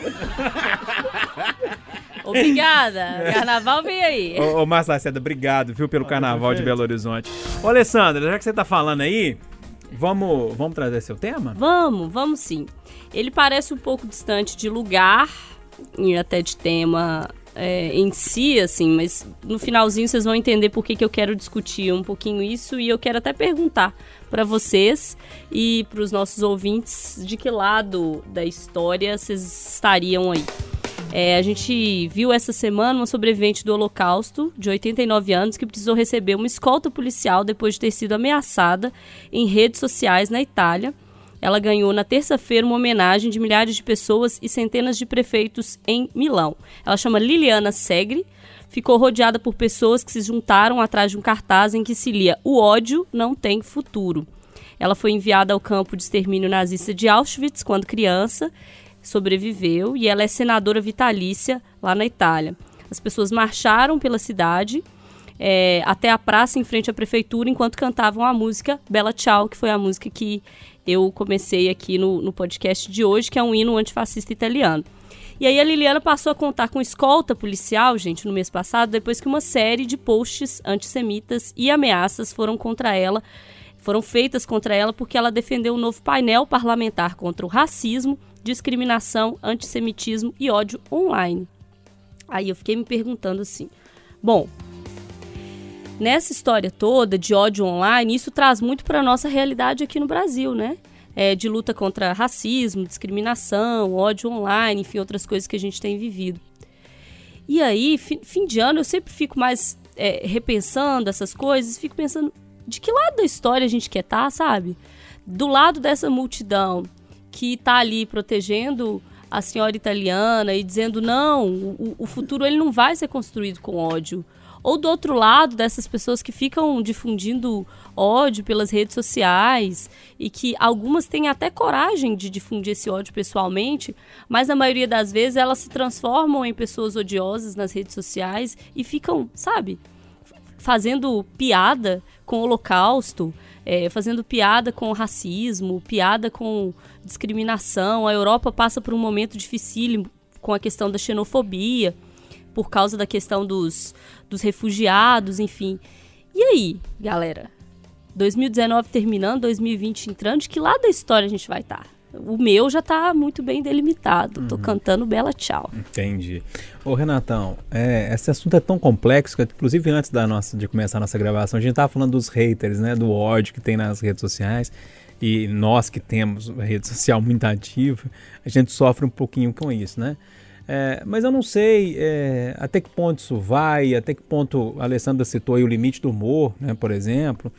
Obrigada. Carnaval vem aí. Ô, ô Márcio Lacerda, obrigado, viu, pelo ah, Carnaval de Belo Horizonte. Ô, Alessandra, já que você tá falando aí, vamos, vamos trazer seu tema? Vamos, vamos sim. Ele parece um pouco distante de lugar e até de tema é, em si, assim, mas no finalzinho vocês vão entender por que, que eu quero discutir um pouquinho isso e eu quero até perguntar para vocês e para os nossos ouvintes de que lado da história vocês estariam aí. É, a gente viu essa semana uma sobrevivente do Holocausto, de oitenta e nove anos, que precisou receber uma escolta policial depois de ter sido ameaçada em redes sociais na Itália. Ela ganhou na terça-feira uma homenagem de milhares de pessoas e centenas de prefeitos em Milão. Ela chama Liliana Segre, ficou rodeada por pessoas que se juntaram atrás de um cartaz em que se lia "O ódio não tem futuro". Ela foi enviada ao campo de extermínio nazista de Auschwitz quando criança, sobreviveu e ela é senadora vitalícia lá na Itália. As pessoas marcharam pela cidade é, até a praça em frente à prefeitura enquanto cantavam a música Bella Ciao, que foi a música que eu comecei aqui no, no podcast de hoje, que é um hino antifascista italiano. E aí a Liliana passou a contar com escolta policial, gente, no mês passado, depois que uma série de posts antissemitas e ameaças foram contra ela, foram feitas contra ela porque ela defendeu um novo painel parlamentar contra o racismo, discriminação, antissemitismo e ódio online. Aí eu fiquei me perguntando assim, bom, nessa história toda de ódio online, isso traz muito para a nossa realidade aqui no Brasil, né? É, de luta contra racismo, discriminação, ódio online, enfim, outras coisas que a gente tem vivido. E aí, fim, fim de ano, eu sempre fico mais é, repensando essas coisas, fico pensando de que lado da história a gente quer estar, sabe? Do lado dessa multidão que está ali protegendo a senhora italiana e dizendo não, o, o futuro ele não vai ser construído com ódio. Ou do outro lado dessas pessoas que ficam difundindo ódio pelas redes sociais e que algumas têm até coragem de difundir esse ódio pessoalmente, mas na maioria das vezes elas se transformam em pessoas odiosas nas redes sociais e ficam, sabe, fazendo piada com o Holocausto, é, fazendo piada com o racismo, piada com discriminação. A Europa passa por um momento dificílimo com a questão da xenofobia, por causa da questão dos, dos refugiados, enfim. E aí, galera? dois mil e dezenove terminando, dois mil e vinte entrando, de que lado da história a gente vai estar? O meu já está muito bem delimitado. Tô uhum. cantando Bela Tchau. Entendi. Ô, Renatão, é, esse assunto é tão complexo que, inclusive, antes da nossa, de começar a nossa gravação, a gente estava falando dos haters, né? Do ódio que tem nas redes sociais. E nós que temos a rede social muito ativa, a gente sofre um pouquinho com isso, né? É, mas eu não sei é, até que ponto isso vai, até que ponto a Alessandra citou aí o limite do humor, né, por exemplo.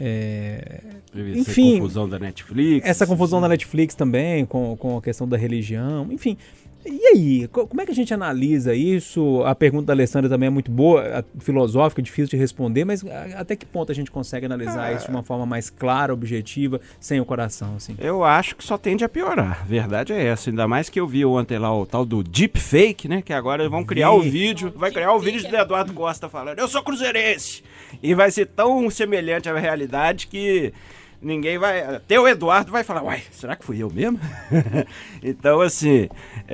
É, enfim, confusão da Netflix. Essa confusão da Netflix também, com, com a questão da religião, enfim. E aí, como é que a gente analisa isso? A pergunta da Alessandra também é muito boa, filosófica, difícil de responder, mas até que ponto a gente consegue analisar ah. isso de uma forma mais clara, objetiva, sem o coração, assim? Eu acho que só tende a piorar, a verdade é essa, ainda mais que eu vi ontem lá o tal do deepfake, né, que agora vão criar o vídeo, vai criar o vídeo do Eduardo Costa falando, eu sou cruzeirense, e vai ser tão semelhante à realidade que ninguém vai... Até o Eduardo vai falar, uai, será que fui eu mesmo? Então, assim,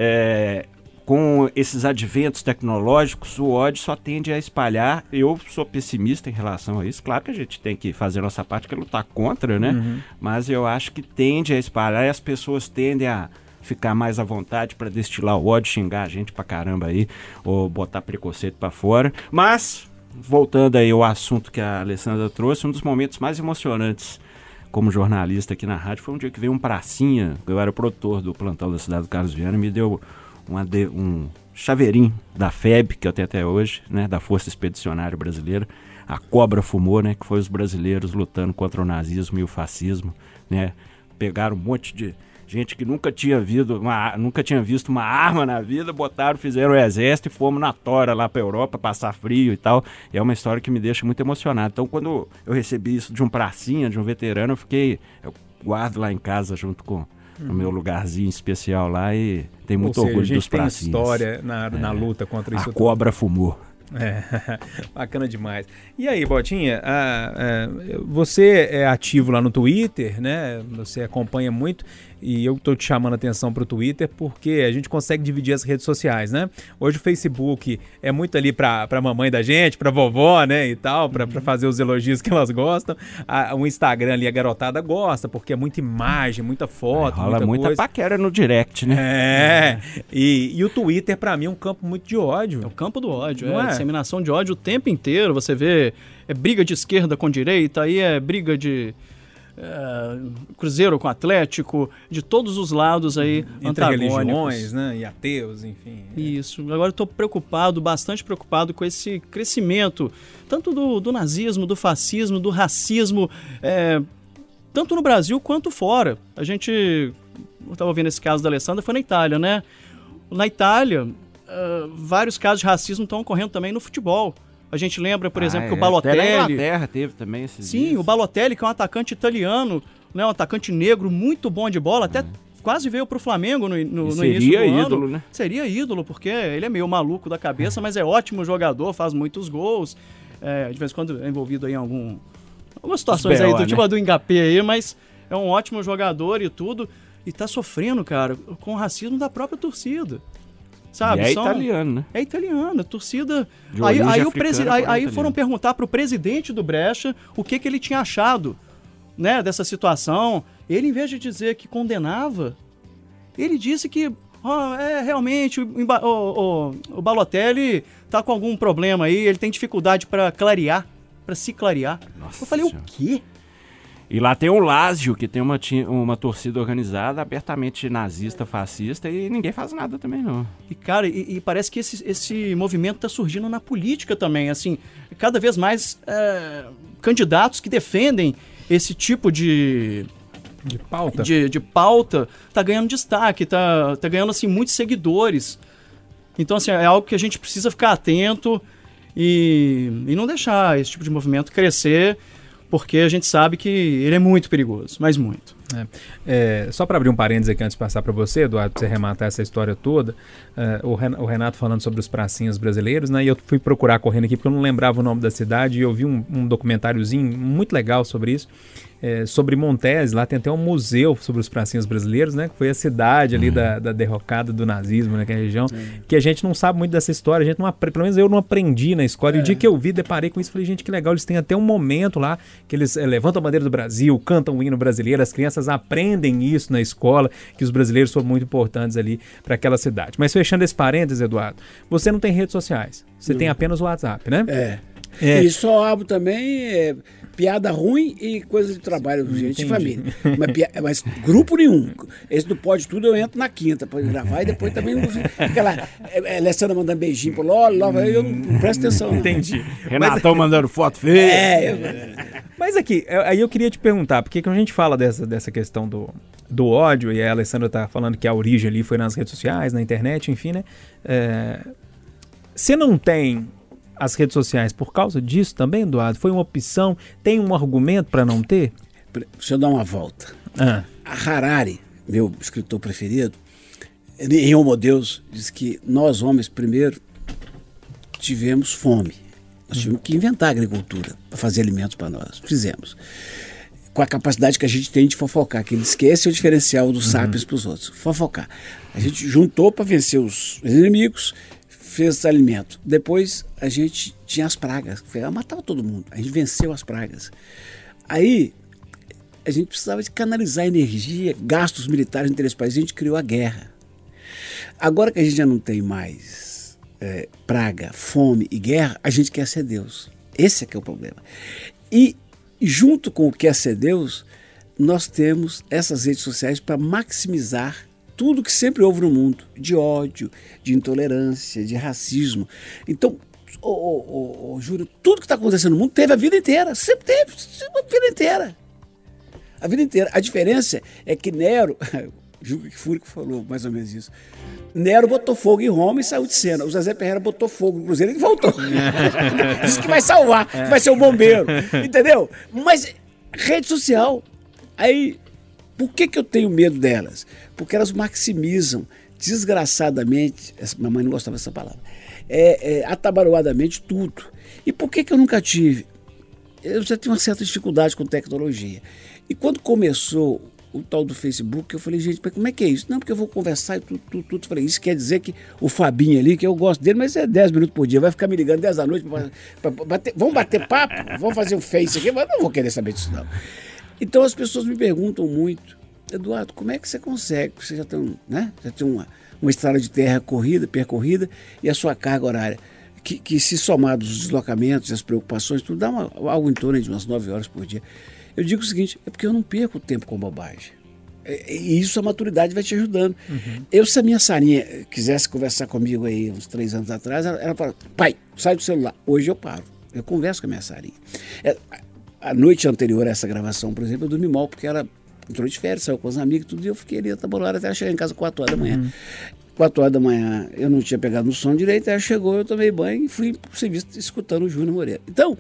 é, com esses adventos tecnológicos, o ódio só tende a espalhar. Eu sou pessimista em relação a isso. Claro que a gente tem que fazer a nossa parte, que é lutar contra, né? Uhum. Mas eu acho que tende a espalhar e as pessoas tendem a ficar mais à vontade para destilar o ódio, xingar a gente pra caramba aí, ou botar preconceito pra fora. Mas, voltando aí ao assunto que a Alessandra trouxe, um dos momentos mais emocionantes como jornalista aqui na rádio, foi um dia que veio um pracinha, eu era produtor do plantão da cidade do Carlos Viana, e me deu uma de, um chaveirinho da F E B, que eu tenho até hoje, né, da Força Expedicionária Brasileira, a Cobra Fumou, né, que foi os brasileiros lutando contra o nazismo e o fascismo, né, pegaram um monte de gente que nunca tinha, visto uma, nunca tinha visto uma arma na vida, botaram, fizeram o exército e fomos na tora lá pra Europa, passar frio e tal. E é uma história que me deixa muito emocionado. Então, quando eu recebi isso de um pracinha, de um veterano, eu fiquei... Eu guardo lá em casa junto com hum. o meu lugarzinho especial lá e tem muito Ou seja, orgulho dos pracinhas. A gente tem história na, é, na luta contra isso. A Cobra Fumou. É, bacana demais. E aí, Botinha, a, a, você é ativo lá no Twitter, né? Você acompanha muito e eu tô te chamando a atenção pro Twitter porque a gente consegue dividir as redes sociais, né? Hoje o Facebook é muito ali pra, pra mamãe da gente, pra vovó, né? E tal, pra, uhum. pra fazer os elogios que elas gostam. A, o Instagram ali, a garotada gosta porque é muita imagem, muita foto, é, rola muita, muita coisa. paquera no direct, né? É, e, e o Twitter pra mim é um campo muito de ódio. É o campo do ódio, Não é, é? disseminação de ódio o tempo inteiro. Você vê, é briga de esquerda com direita, aí é briga de é, Cruzeiro com Atlético, de todos os lados aí, entre religiões, né, e ateus, enfim. É. Isso. Agora eu estou preocupado, bastante preocupado com esse crescimento, tanto do, do nazismo, do fascismo, do racismo, é, tanto no Brasil quanto fora. A gente, eu estava vendo esse caso da Alessandra, foi na Itália, né? Na Itália, uh, vários casos de racismo estão ocorrendo também no futebol. A gente lembra, por ah, exemplo, é. que o Balotelli... Até na Inglaterra teve também esses Sim, dias. o Balotelli, que é um atacante italiano, né, um atacante negro, muito bom de bola, até hum. quase veio pro Flamengo no, no, no seria início do ano. ídolo, né? Seria ídolo, porque ele é meio maluco da cabeça, mas é ótimo jogador, faz muitos gols. É, de vez em quando é envolvido aí em algum, algumas situações B O, aí, do né? tipo a do Mbappé aí, mas é um ótimo jogador e tudo. E tá sofrendo, cara, com o racismo da própria torcida. Sabe? E é São... italiano, né? É italiano, a torcida... De aí aí, o presi... aí, aí foram perguntar pro presidente do Brecha o que, que ele tinha achado, né, dessa situação. Ele, em vez de dizer que condenava, ele disse que oh, é, realmente o, o, o, o Balotelli tá com algum problema aí, ele tem dificuldade para clarear, para se clarear. Nossa Eu falei, Senhora. o quê? E lá tem o Lazio, que tem uma, ti- uma torcida organizada, abertamente nazista, fascista, e ninguém faz nada também, não. E, cara, e, e parece que esse, esse movimento está surgindo na política também, assim, cada vez mais é, candidatos que defendem esse tipo de... De pauta. De, de pauta, tá ganhando destaque, tá, tá ganhando, assim, muitos seguidores. Então, assim, é algo que a gente precisa ficar atento e, e não deixar esse tipo de movimento crescer, porque a gente sabe que ele é muito perigoso, mas muito. É, é, só para abrir um parênteses aqui antes de passar para você, Eduardo, para você rematar essa história toda, é, o, Ren- o Renato falando sobre os pracinhas brasileiros, né, e eu fui procurar correndo aqui porque eu não lembrava o nome da cidade e eu vi um, um documentáriozinho muito legal sobre isso, é, sobre Montes. Lá tem até um museu sobre os pracinhas brasileiros, né, que foi a cidade ali uhum. da, da derrocada do nazismo naquela região, uhum. que a gente não sabe muito dessa história, a gente não, apre- pelo menos eu não aprendi na escola, é. E o dia que eu vi, deparei com isso, falei, gente, que legal, eles têm até um momento lá que eles é, levantam a bandeira do Brasil, cantam o hino brasileiro, as crianças aprendem isso na escola, que os brasileiros foram muito importantes ali para aquela cidade. Mas fechando esse parênteses, Eduardo, você não tem redes sociais, você não. tem apenas o WhatsApp, né? É. É. E só abro também é, piada ruim e coisa de trabalho, gente, de família. Mas, pia- mas grupo nenhum. Esse do Pode Tudo eu entro na quinta para gravar e depois também não. Aquela é, Alessandra mandando beijinho pro Lolo, Lolo, eu não, não presto atenção. Não. Entendi. Renatão mandando foto feia. É, eu... Mas aqui, eu- aí eu queria te perguntar, porque quando a gente fala dessa, dessa questão do, do ódio, e a Alessandra tá falando que a origem ali foi nas redes sociais, na internet, enfim, né? É, você não tem as redes sociais por causa disso também, Eduardo? Foi uma opção? Tem um argumento para não ter? Deixa eu dar uma volta. Ah. A Harari, meu escritor preferido, em Homo Deus, diz que nós, homens, primeiro tivemos fome. Nós tivemos que inventar a agricultura para fazer alimentos para nós. Fizemos. Com a capacidade que a gente tem de fofocar, que ele esquece o diferencial dos sapiens para os outros. Fofocar. A gente juntou para vencer os inimigos, fez alimento. Depois a gente tinha as pragas. Matava todo mundo. A gente venceu as pragas. Aí a gente precisava de canalizar energia, gastos militares no interesse do país. A gente criou a guerra. Agora que a gente já não tem mais é, praga, fome e guerra, a gente quer ser Deus. Esse é que é o problema. E junto com o quer ser Deus, nós temos essas redes sociais para maximizar tudo que sempre houve no mundo, de ódio, de intolerância, de racismo. Então, ô, ô, ô, ô, Júlio, tudo que está acontecendo no mundo teve a vida inteira, sempre teve, sempre a vida inteira. A vida inteira. A diferença é que Nero, Júlio Fúrico falou mais ou menos isso, Nero botou fogo em Roma e saiu de cena. O Zezé Ferreira botou fogo no Cruzeiro e voltou. Disse que vai salvar, que vai ser o bombeiro, entendeu? Mas rede social, aí... Por que que eu tenho medo delas? Porque elas maximizam desgraçadamente, essa, minha mãe não gostava dessa palavra, é, é, atabaroadamente tudo. E por que que eu nunca tive? Eu já tinha uma certa dificuldade com tecnologia. E quando começou o tal do Facebook, eu falei, gente, mas como é que é isso? Não, porque eu vou conversar e tudo, tudo, tudo. Falei, isso quer dizer que o Fabinho ali, que eu gosto dele, mas é dez minutos por dia, vai ficar me ligando dez da noite, pra, pra, pra bater, vamos bater papo? Vamos fazer um Face aqui? Mas não vou querer saber disso não. Então as pessoas me perguntam muito, Eduardo, como é que você consegue? Você já tem, né? já tem uma, uma estrada de terra corrida, percorrida e a sua carga horária, que, que se somar dos deslocamentos, as preocupações, tudo dá uma, algo em torno de umas nove horas por dia. Eu digo o seguinte, é porque eu não perco tempo com bobagem. E isso a maturidade vai te ajudando. Uhum. Eu, se a minha Sarinha quisesse conversar comigo aí uns três anos atrás, ela, ela fala, pai, sai do celular. Hoje eu paro. Eu converso com a minha Sarinha. É, a noite anterior a essa gravação, por exemplo, eu dormi mal, porque ela entrou de férias, saiu com os amigos e tudo, e eu fiquei ali atabalado até ela chegar em casa quatro horas da manhã. Uhum. quatro horas da manhã eu não tinha pegado no sono direito, aí ela chegou, eu tomei banho e fui pro serviço escutando o Júnior Moreira. Então,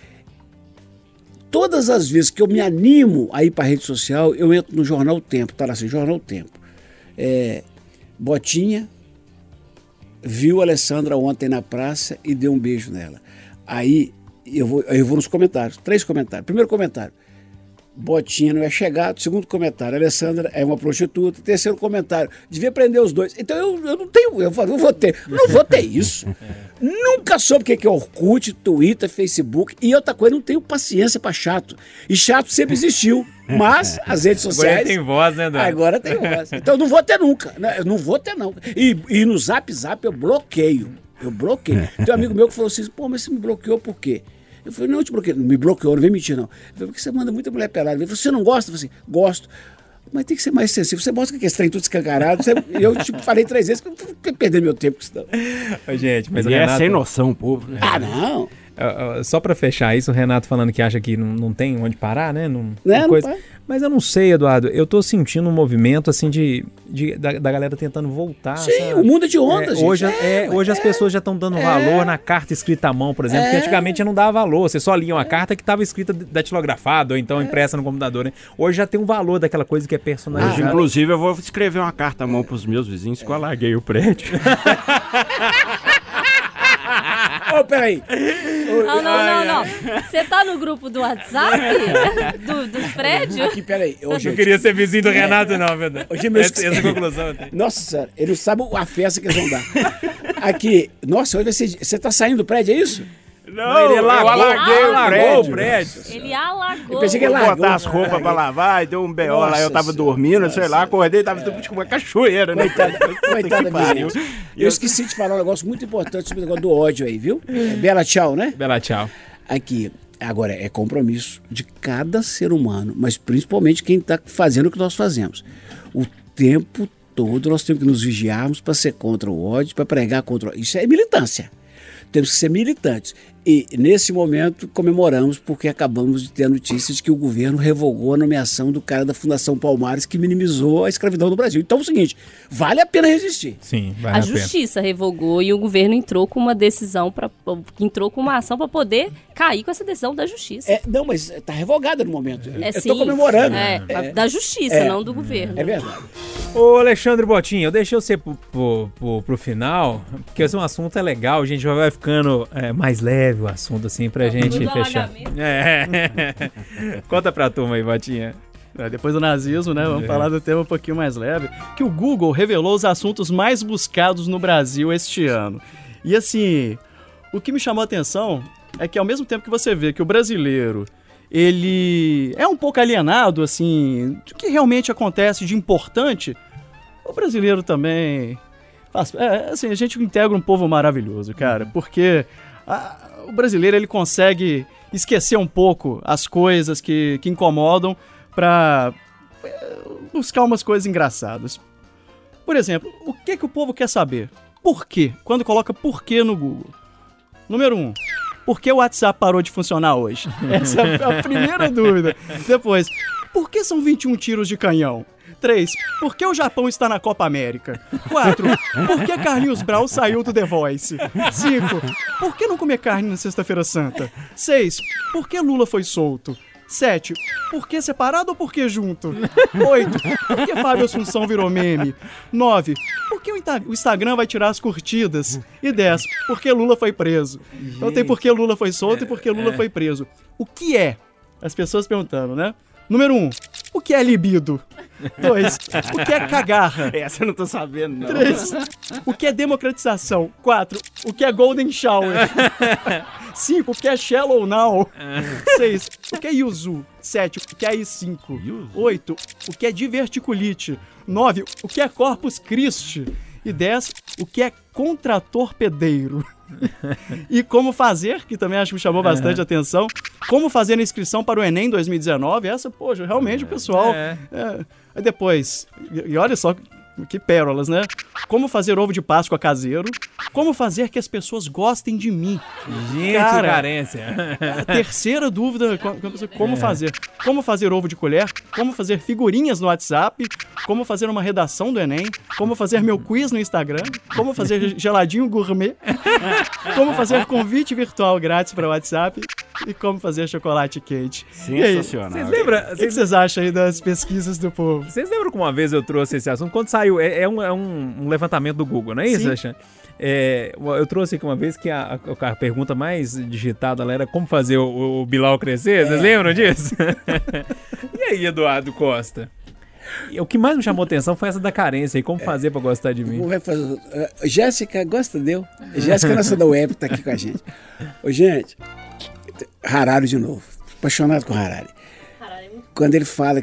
todas as vezes que eu me animo a ir para a rede social, eu entro no Jornal o Tempo, tá lá assim, Jornal o Tempo. É, Botinha viu a Alessandra ontem na praça e deu um beijo nela. Aí eu vou, eu vou nos comentários, três comentários. Primeiro comentário, Botinha não é chegado. Segundo comentário, Alessandra é uma prostituta. Terceiro comentário, devia prender os dois. Então eu, eu não tenho, eu falo, não vou ter, não vou ter isso. Nunca soube o que é Orkut, Twitter, Facebook. E outra coisa, não tenho paciência para chato. E chato sempre existiu. Mas as redes sociais... Agora tem voz, né, Dani? Agora tem voz. Então eu não vou ter nunca. Né? Eu não vou ter, não. E, e no Zap Zap eu bloqueio. Eu bloqueio. Tem um amigo meu que falou assim, pô, mas você me bloqueou por quê? Eu falei, não, te bloqueei. Não me bloqueou, não vem mentir, não. Eu falei, porque você manda muita mulher pelada. Ele falou, você não gosta? Eu falei assim, gosto. Mas tem que ser mais sensível. Você mostra que esse trem tudo escancarado. Você... Eu tipo, falei três vezes que eu não perder meu tempo com isso, não. Gente, mas e o Renato... é sem noção, o povo. Né? Ah, não. Uh, uh, só pra fechar isso, o Renato falando que acha que não, não tem onde parar, né? Não, né? coisa... não Mas eu não sei, Eduardo. Eu tô sentindo um movimento, assim, de, de da, da galera tentando voltar. Sim, sabe? o mundo é de onda, é, gente. Hoje, é, é, hoje é, as pessoas já estão dando é, valor na carta escrita à mão, por exemplo, é, porque antigamente não dava valor. Você só lia uma é, carta que estava escrita datilografada ou então é, impressa no computador, né? Hoje já tem um valor daquela coisa que é personalizada. Hoje, inclusive, eu vou escrever uma carta à mão pros meus vizinhos que eu alarguei o prédio. Ô, oh, peraí. Não, não, não, não. Você tá no grupo do WhatsApp? do, do prédio? Aqui, peraí. Ô, eu não queria ser vizinho do Renato, não, verdade. Hoje meus... essa, essa é a conclusão. Nossa senhora, ele não sabe a festa que eles vão dar. Aqui, nossa, hoje vai ser... Você tá saindo do prédio, é isso? Não, ele alagou, eu alaguei o prédio. o prédio. Ele alagou. Eu pensei que ele alagou. Botar as roupas pra lavar, e deu um B O lá, eu tava dormindo, nossa, sei lá, acordei, tava tudo tipo uma cachoeira, né? Coitada, coitada minha. Eu esqueci de falar um negócio muito importante sobre o negócio do ódio aí, viu? É Bela tchau, né? Bela tchau. Aqui, agora, é compromisso de cada ser humano, mas principalmente quem tá fazendo o que nós fazemos. O tempo todo nós temos que nos vigiarmos para ser contra o ódio, para pregar contra o ódio. Isso é militância. Temos que ser militantes. E, nesse momento, comemoramos porque acabamos de ter a notícia de que o governo revogou a nomeação do cara da Fundação Palmares que minimizou a escravidão no Brasil. Então é o seguinte, vale a pena resistir. Sim, vale a, a justiça revogou e o governo entrou com uma decisão, pra, entrou com uma ação para poder cair com essa decisão da justiça. É, não, mas está revogada no momento. É, eu estou comemorando. É, é, da justiça, é, não do governo. É verdade. Ô, Alexandre Botinho, eu deixei você pro, pro, pro, pro final, porque esse é um assunto é legal, a gente vai ficando é, mais leve o assunto, assim, pra gente fechar. É. Conta pra turma aí, Botinha. É, depois do nazismo, né? Vamos é. falar do tema um pouquinho mais leve. Que o Google revelou os assuntos mais buscados no Brasil este ano. E assim, o que me chamou a atenção é que ao mesmo tempo que você vê que o brasileiro, ele é um pouco alienado, assim, do que realmente acontece de importante, o brasileiro também faz... É, assim, a gente integra um povo maravilhoso, cara, porque a, o brasileiro, ele consegue esquecer um pouco as coisas que, que incomodam pra é, buscar umas coisas engraçadas. Por exemplo, o que, que o povo quer saber? Por quê? Quando coloca por quê no Google. Número um. Por que o WhatsApp parou de funcionar hoje? Essa é a primeira dúvida. Depois, por que são vinte e um tiros de canhão? três. Por que o Japão está na Copa América? quatro. Por que Carlinhos Brau saiu do The Voice? cinco. Por que não comer carne na Sexta-feira Santa? seis. Por que Lula foi solto? sete. Por que separado ou por que junto? oito. Por que Fábio Assunção virou meme? nove. Por que o, o Instagram vai tirar as curtidas? E dez. Por que Lula foi preso? Gente. Então tem por que Lula foi solto e por que Lula foi preso. O que é? As pessoas perguntando, né? Número um. O que é libido? dois. O que é cagarra? Essa eu não tô sabendo, não. três. O que é democratização? quatro. O que é golden shower? cinco. O que é shallow now? seis. O que é yuzu? sete. O que é I cinco? oito. O que é diverticulite? nove. O que é Corpus Christi? E dez. O que é contratorpedeiro? E como fazer, que também acho que me chamou bastante uhum. atenção, como fazer a inscrição para o Enem dois mil e dezenove, essa, poxa, realmente é, o pessoal... É. É, aí depois, e, e olha só que pérolas, né? Como fazer ovo de Páscoa caseiro, como fazer que as pessoas gostem de mim. Gente, cara, carência. A terceira dúvida, como fazer? Como fazer ovo de colher, como fazer figurinhas no WhatsApp, como fazer uma redação do Enem, como fazer meu quiz no Instagram, como fazer geladinho gourmet, como fazer convite virtual grátis para o WhatsApp e como fazer chocolate quente. Sensacional. Vocês lembram? O que vocês acham aí das pesquisas do povo? Vocês lembram que uma vez eu trouxe esse assunto? Quando saiu, é, é, um, é um, um levantamento do Google, não é isso, Alexandre? É, eu trouxe aqui uma vez que a, a, a pergunta mais digitada lá era como fazer o, o Bilal crescer. Vocês é. lembram disso? E aí, Eduardo Costa? O que mais me chamou a atenção foi essa da carência e como fazer pra gostar de mim. Vai fazer, uh, Jéssica, gosta de eu? Jéssica, nossa da web, tá aqui com a gente. Ô, gente, Harari de novo. Apaixonado com Harari. Harari é muito... Quando ele fala que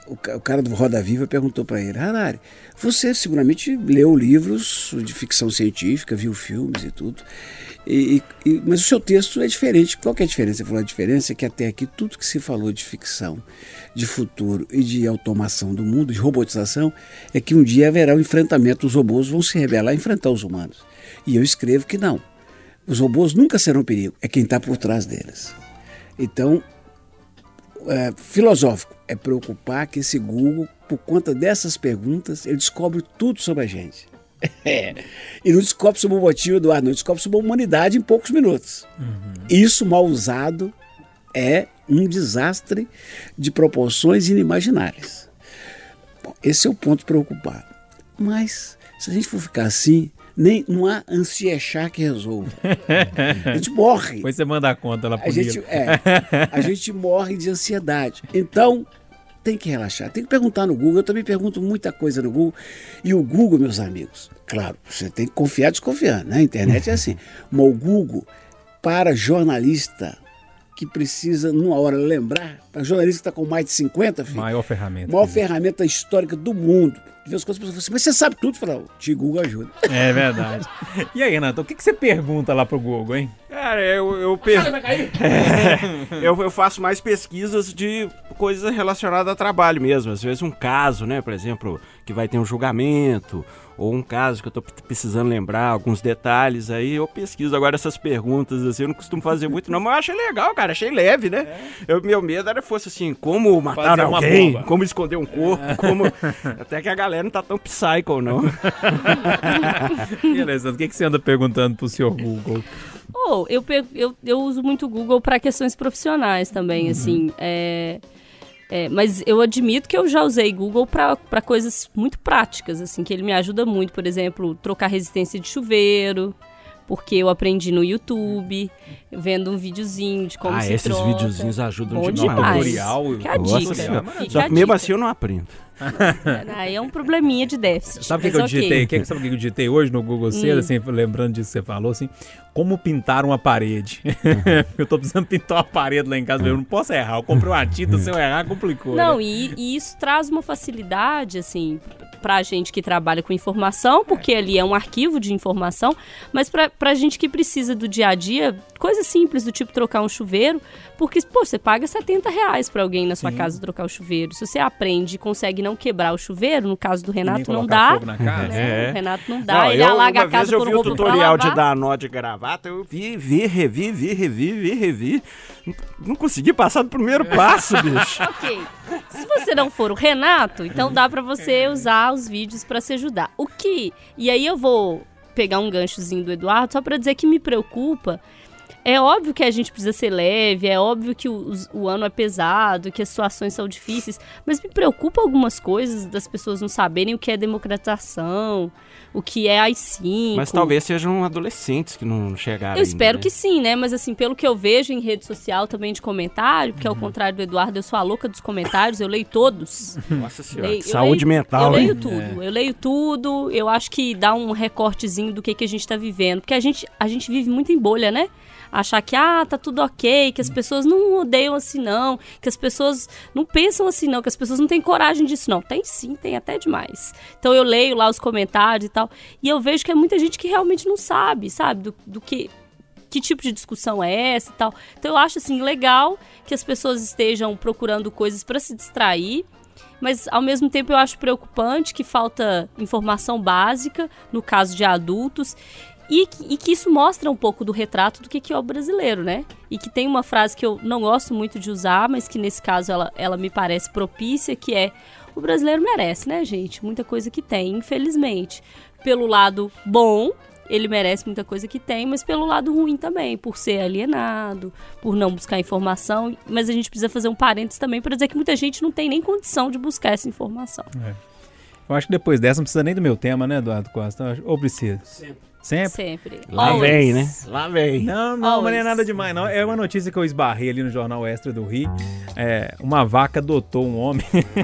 o, o cara do Roda Viva perguntou para ele, Harari, você seguramente leu livros de ficção científica, viu filmes e tudo, e, e, mas o seu texto é diferente. Qual que é a diferença? Ele falou, a diferença é que até aqui tudo que se falou de ficção, de futuro e de automação do mundo, de robotização, é que um dia haverá um enfrentamento, os robôs vão se rebelar e enfrentar os humanos. E eu escrevo que não. Os robôs nunca serão perigo, é quem está por trás deles. Então, é, filosófico é preocupar que esse Google, por conta dessas perguntas, ele descobre tudo sobre a gente. É. E não descobre sobre o motivo, Eduardo, não descobre sobre a humanidade em poucos minutos. Uhum. Isso, mal usado, é um desastre de proporções inimaginárias. Bom, esse é o ponto preocupado. Mas, se a gente for ficar assim, nem, não há ansiechar que resolva. A gente morre. Depois você manda a conta lá pro a gente, é, a gente morre de ansiedade. Então, tem que relaxar. Tem que perguntar no Google. Eu também pergunto muita coisa no Google. E o Google, meus amigos, claro, você tem que confiar desconfiando, né? A internet é assim. Mas o Google, para jornalista que precisa, numa hora, lembrar, para jornalista que está com mais de cinquenta, filho, maior ferramenta. Maior ferramenta histórica do mundo. De vez em quando as pessoas falam assim, mas você sabe tudo? Eu falo, te Google ajuda. É verdade. E aí, Renato, o que, que você pergunta lá pro Google, hein? Cara, eu eu, per... é, eu eu faço mais pesquisas de coisas relacionadas a trabalho mesmo. Às vezes um caso, né, por exemplo, que vai ter um julgamento, ou um caso que eu tô precisando lembrar alguns detalhes, aí eu pesquiso. Agora essas perguntas, assim, eu não costumo fazer muito não, mas eu achei legal, cara, achei leve, né? É. Eu, meu medo era fosse assim, como matar fazer alguém, como esconder um corpo, é. como... Até que a galera não tá tão psycho, não. E, Alessandro, o que, que você anda perguntando pro senhor Google? Oh, eu, eu, eu uso muito o Google para questões profissionais também, uhum. assim, é... É, mas eu admito que eu já usei Google para coisas muito práticas, assim, que ele me ajuda muito, por exemplo, trocar resistência de chuveiro, porque eu aprendi no YouTube, vendo um videozinho de como ah, se esses troca. videozinhos ajudam Bom demais. Tutorial. Que a dica. Só que mesmo assim eu não aprendo. Aí é um probleminha de déficit. Sabe o que, que eu okay. digitei? Que, sabe o que eu digitei hoje no Google cedo, hum. assim, lembrando disso que você falou, assim, como pintar uma parede. Uhum. Eu tô precisando pintar uma parede lá em casa, uhum. eu não posso errar. Eu comprei uma tinta, se eu errar, complicou. Não, né? e, e isso traz uma facilidade, assim, pra gente que trabalha com informação, porque ali é um arquivo de informação, mas pra, pra gente que precisa do dia a dia, coisa simples do tipo trocar um chuveiro, porque, pô, você paga setenta reais pra alguém na sua Sim. casa trocar o chuveiro. Se você aprende e consegue não quebrar o chuveiro, no caso do Renato não dá. Fogo na casa. Né? É. O Renato não dá, não, ele eu, alaga uma a casa vez eu por vi um o roubo tutorial de dar nó de gravata, eu vi, vi, revi, vi, revi, vi, revi. Não consegui passar do primeiro passo, bicho. Ok. Se você não for o Renato, então dá pra você usar os vídeos pra se ajudar. O que... E aí eu vou pegar um ganchozinho do Eduardo, só pra dizer que me preocupa. É óbvio que a gente precisa ser leve, é óbvio que o, o ano é pesado, que as situações são difíceis, mas me preocupa algumas coisas das pessoas não saberem o que é democratização, o que é A I cinco. Mas talvez sejam adolescentes que não chegaram Eu ainda, espero né? que sim, né? Mas assim, pelo que eu vejo em rede social também de comentário, porque uhum. ao contrário do Eduardo, eu sou a louca dos comentários, eu leio todos. Nossa senhora, leio, saúde leio, mental, Eu leio hein? tudo, é. eu leio tudo, eu acho que dá um recortezinho do que, que a gente tá vivendo, porque a gente, a gente vive muito em bolha, né? Achar que, ah, tá tudo ok, que as pessoas não odeiam assim não, que as pessoas não pensam assim não, que as pessoas não têm coragem disso não. Tem sim, tem até demais. Então eu leio lá os comentários e tal, e eu vejo que é muita gente que realmente não sabe, sabe, do, do que... que tipo de discussão é essa e tal. Então eu acho, assim, legal que as pessoas estejam procurando coisas para se distrair, mas ao mesmo tempo eu acho preocupante que falta informação básica, no caso de adultos, E que, e que isso mostra um pouco do retrato do que, que é o brasileiro, né? E que tem uma frase que eu não gosto muito de usar, mas que nesse caso ela, ela me parece propícia, que é: o brasileiro merece, né, gente? Muita coisa que tem, infelizmente. Pelo lado bom, ele merece muita coisa que tem, mas pelo lado ruim também, por ser alienado, por não buscar informação. Mas a gente precisa fazer um parênteses também para dizer que muita gente não tem nem condição de buscar essa informação. É. Eu acho que depois dessa não precisa nem do meu tema, né, Eduardo Costa? Ou precisa? Sempre. Sempre? Sempre. Lá Always. vem, né? Lá vem. Não, não, mas não é nada demais, não. É uma notícia que eu esbarrei ali no Jornal Extra do Rio. É, uma vaca adotou um homem.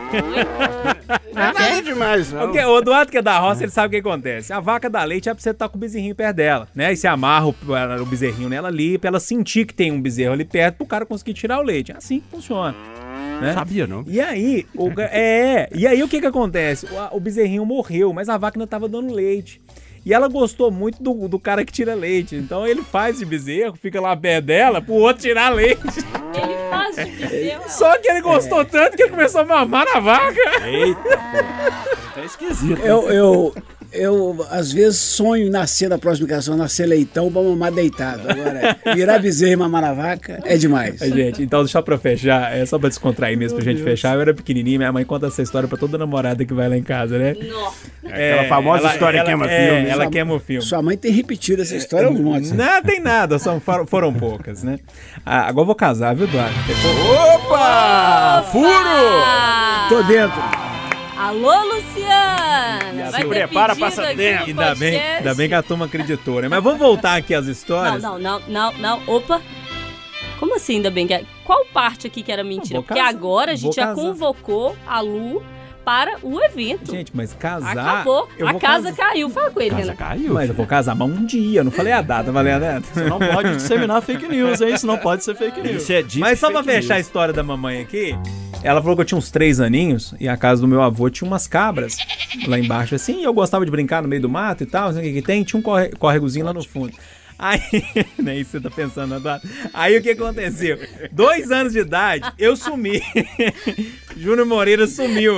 Não é nada demais, não. Porque o Eduardo, que é da roça, ele sabe o que acontece. A vaca dá leite é pra você estar com o bezerrinho perto dela, né? E você amarra o, o bezerrinho nela ali, pra ela sentir que tem um bezerro ali perto, pro cara conseguir tirar o leite. É assim que funciona. Né? Sabia, não? E aí, o, ga- é, e aí o que que acontece? O, a- o bezerrinho morreu, mas a vaca ainda tava dando leite. E ela gostou muito do, do cara que tira leite. Então ele faz de bezerro, fica lá perto dela, pro outro tirar leite. Ele faz de bezerro. Só que ele gostou tanto que ele começou a mamar na vaca. Eita, pô. Tá esquisito. Eu, eu, eu, às vezes, sonho em nascer na próxima geração, nascer leitão pra mamar deitado. Agora, virar bezerro e mamar na vaca é demais. Aí, gente, então deixa pra fechar, é só pra descontrair mesmo, pra gente fechar. Eu era pequenininho, minha mãe conta essa história pra toda namorada que vai lá em casa, né? Nossa. Aquela famosa história ela, queima é, filme. Ela Sua- queima o filme. Sua mãe tem repetido essa história uns montes. Não, tem nada, são, foram, foram poucas, né? Ah, agora eu vou casar, viu, Eduardo? Opa! Furo! Ah, Tô dentro. Alô, Luciana! Vai se ter prepara, pedido passa aqui tempo. no Ainda bem, podcast? ainda bem que a turma acreditou, né? Mas vamos voltar aqui às Não, histórias. não, não, não, não. Opa! Como assim, ainda bem que... Qual parte aqui que era mentira? Vou Porque casar. agora a Vou gente já casar. convocou a Lu para o evento. Gente, mas casar... Acabou. eu A vou casa casar. caiu. Fala com ele, Casa Renan. caiu. Mas eu vou casar, mas um dia, eu não falei a data, falei a data. Você não pode disseminar fake news, hein? Isso não pode ser fake news. Isso é deep Mas só pra fake fechar a news. história da mamãe aqui, ela falou que eu tinha uns três aninhos e a casa do meu avô tinha umas cabras lá embaixo, assim, e eu gostava de brincar no meio do mato e tal, não sei o que que tem, tinha um corre- córregozinho lá no fundo. Aí, nem isso você tá pensando, Eduardo. Aí o que aconteceu? Dois anos de idade, eu sumi. Júnior Moreira sumiu.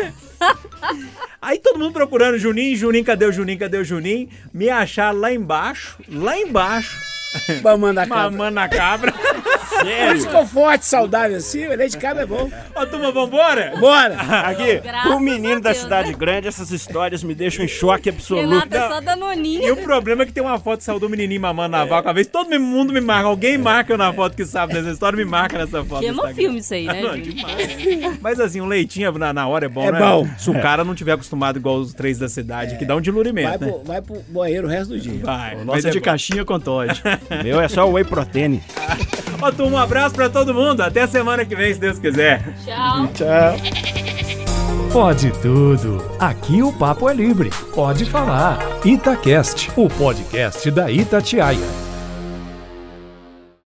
Aí todo mundo procurando Juninho, Juninho, cadê o Juninho, cadê o Juninho? Me acharam lá embaixo, lá embaixo, Mamando a cabra. mamando a cabra. Por isso que eu forte, saudável assim, o leite de cabra é bom. Ó, turma, vambora? Bora! Aqui, Graças pro menino a da Deus, cidade né? grande, essas histórias me deixam em choque absoluto. Renata é Não, só danoninha. E o problema é que tem uma foto que saiu do menininho mamando na vaca uma vez, todo mundo me marca, alguém marca eu na foto que sabe dessa história, me marca nessa foto. no Queima o Instagram. filme isso aí, né, Não, gente? demais. Mas assim, um leitinho na, na hora é bom, É né? bom. Se o cara não tiver acostumado igual os três da cidade, que dá um Vai dilurimento, né? pro, vai pro banheiro o resto do dia. Vai. O mas nosso é de bom. caixinha com Todd. meu é só whey protein. Ó, turma, um abraço pra todo mundo. Até semana que vem, se Deus quiser. Tchau. Tchau. Pode tudo. Aqui o papo é livre. Pode falar. Itacast, o podcast da Itatiaia.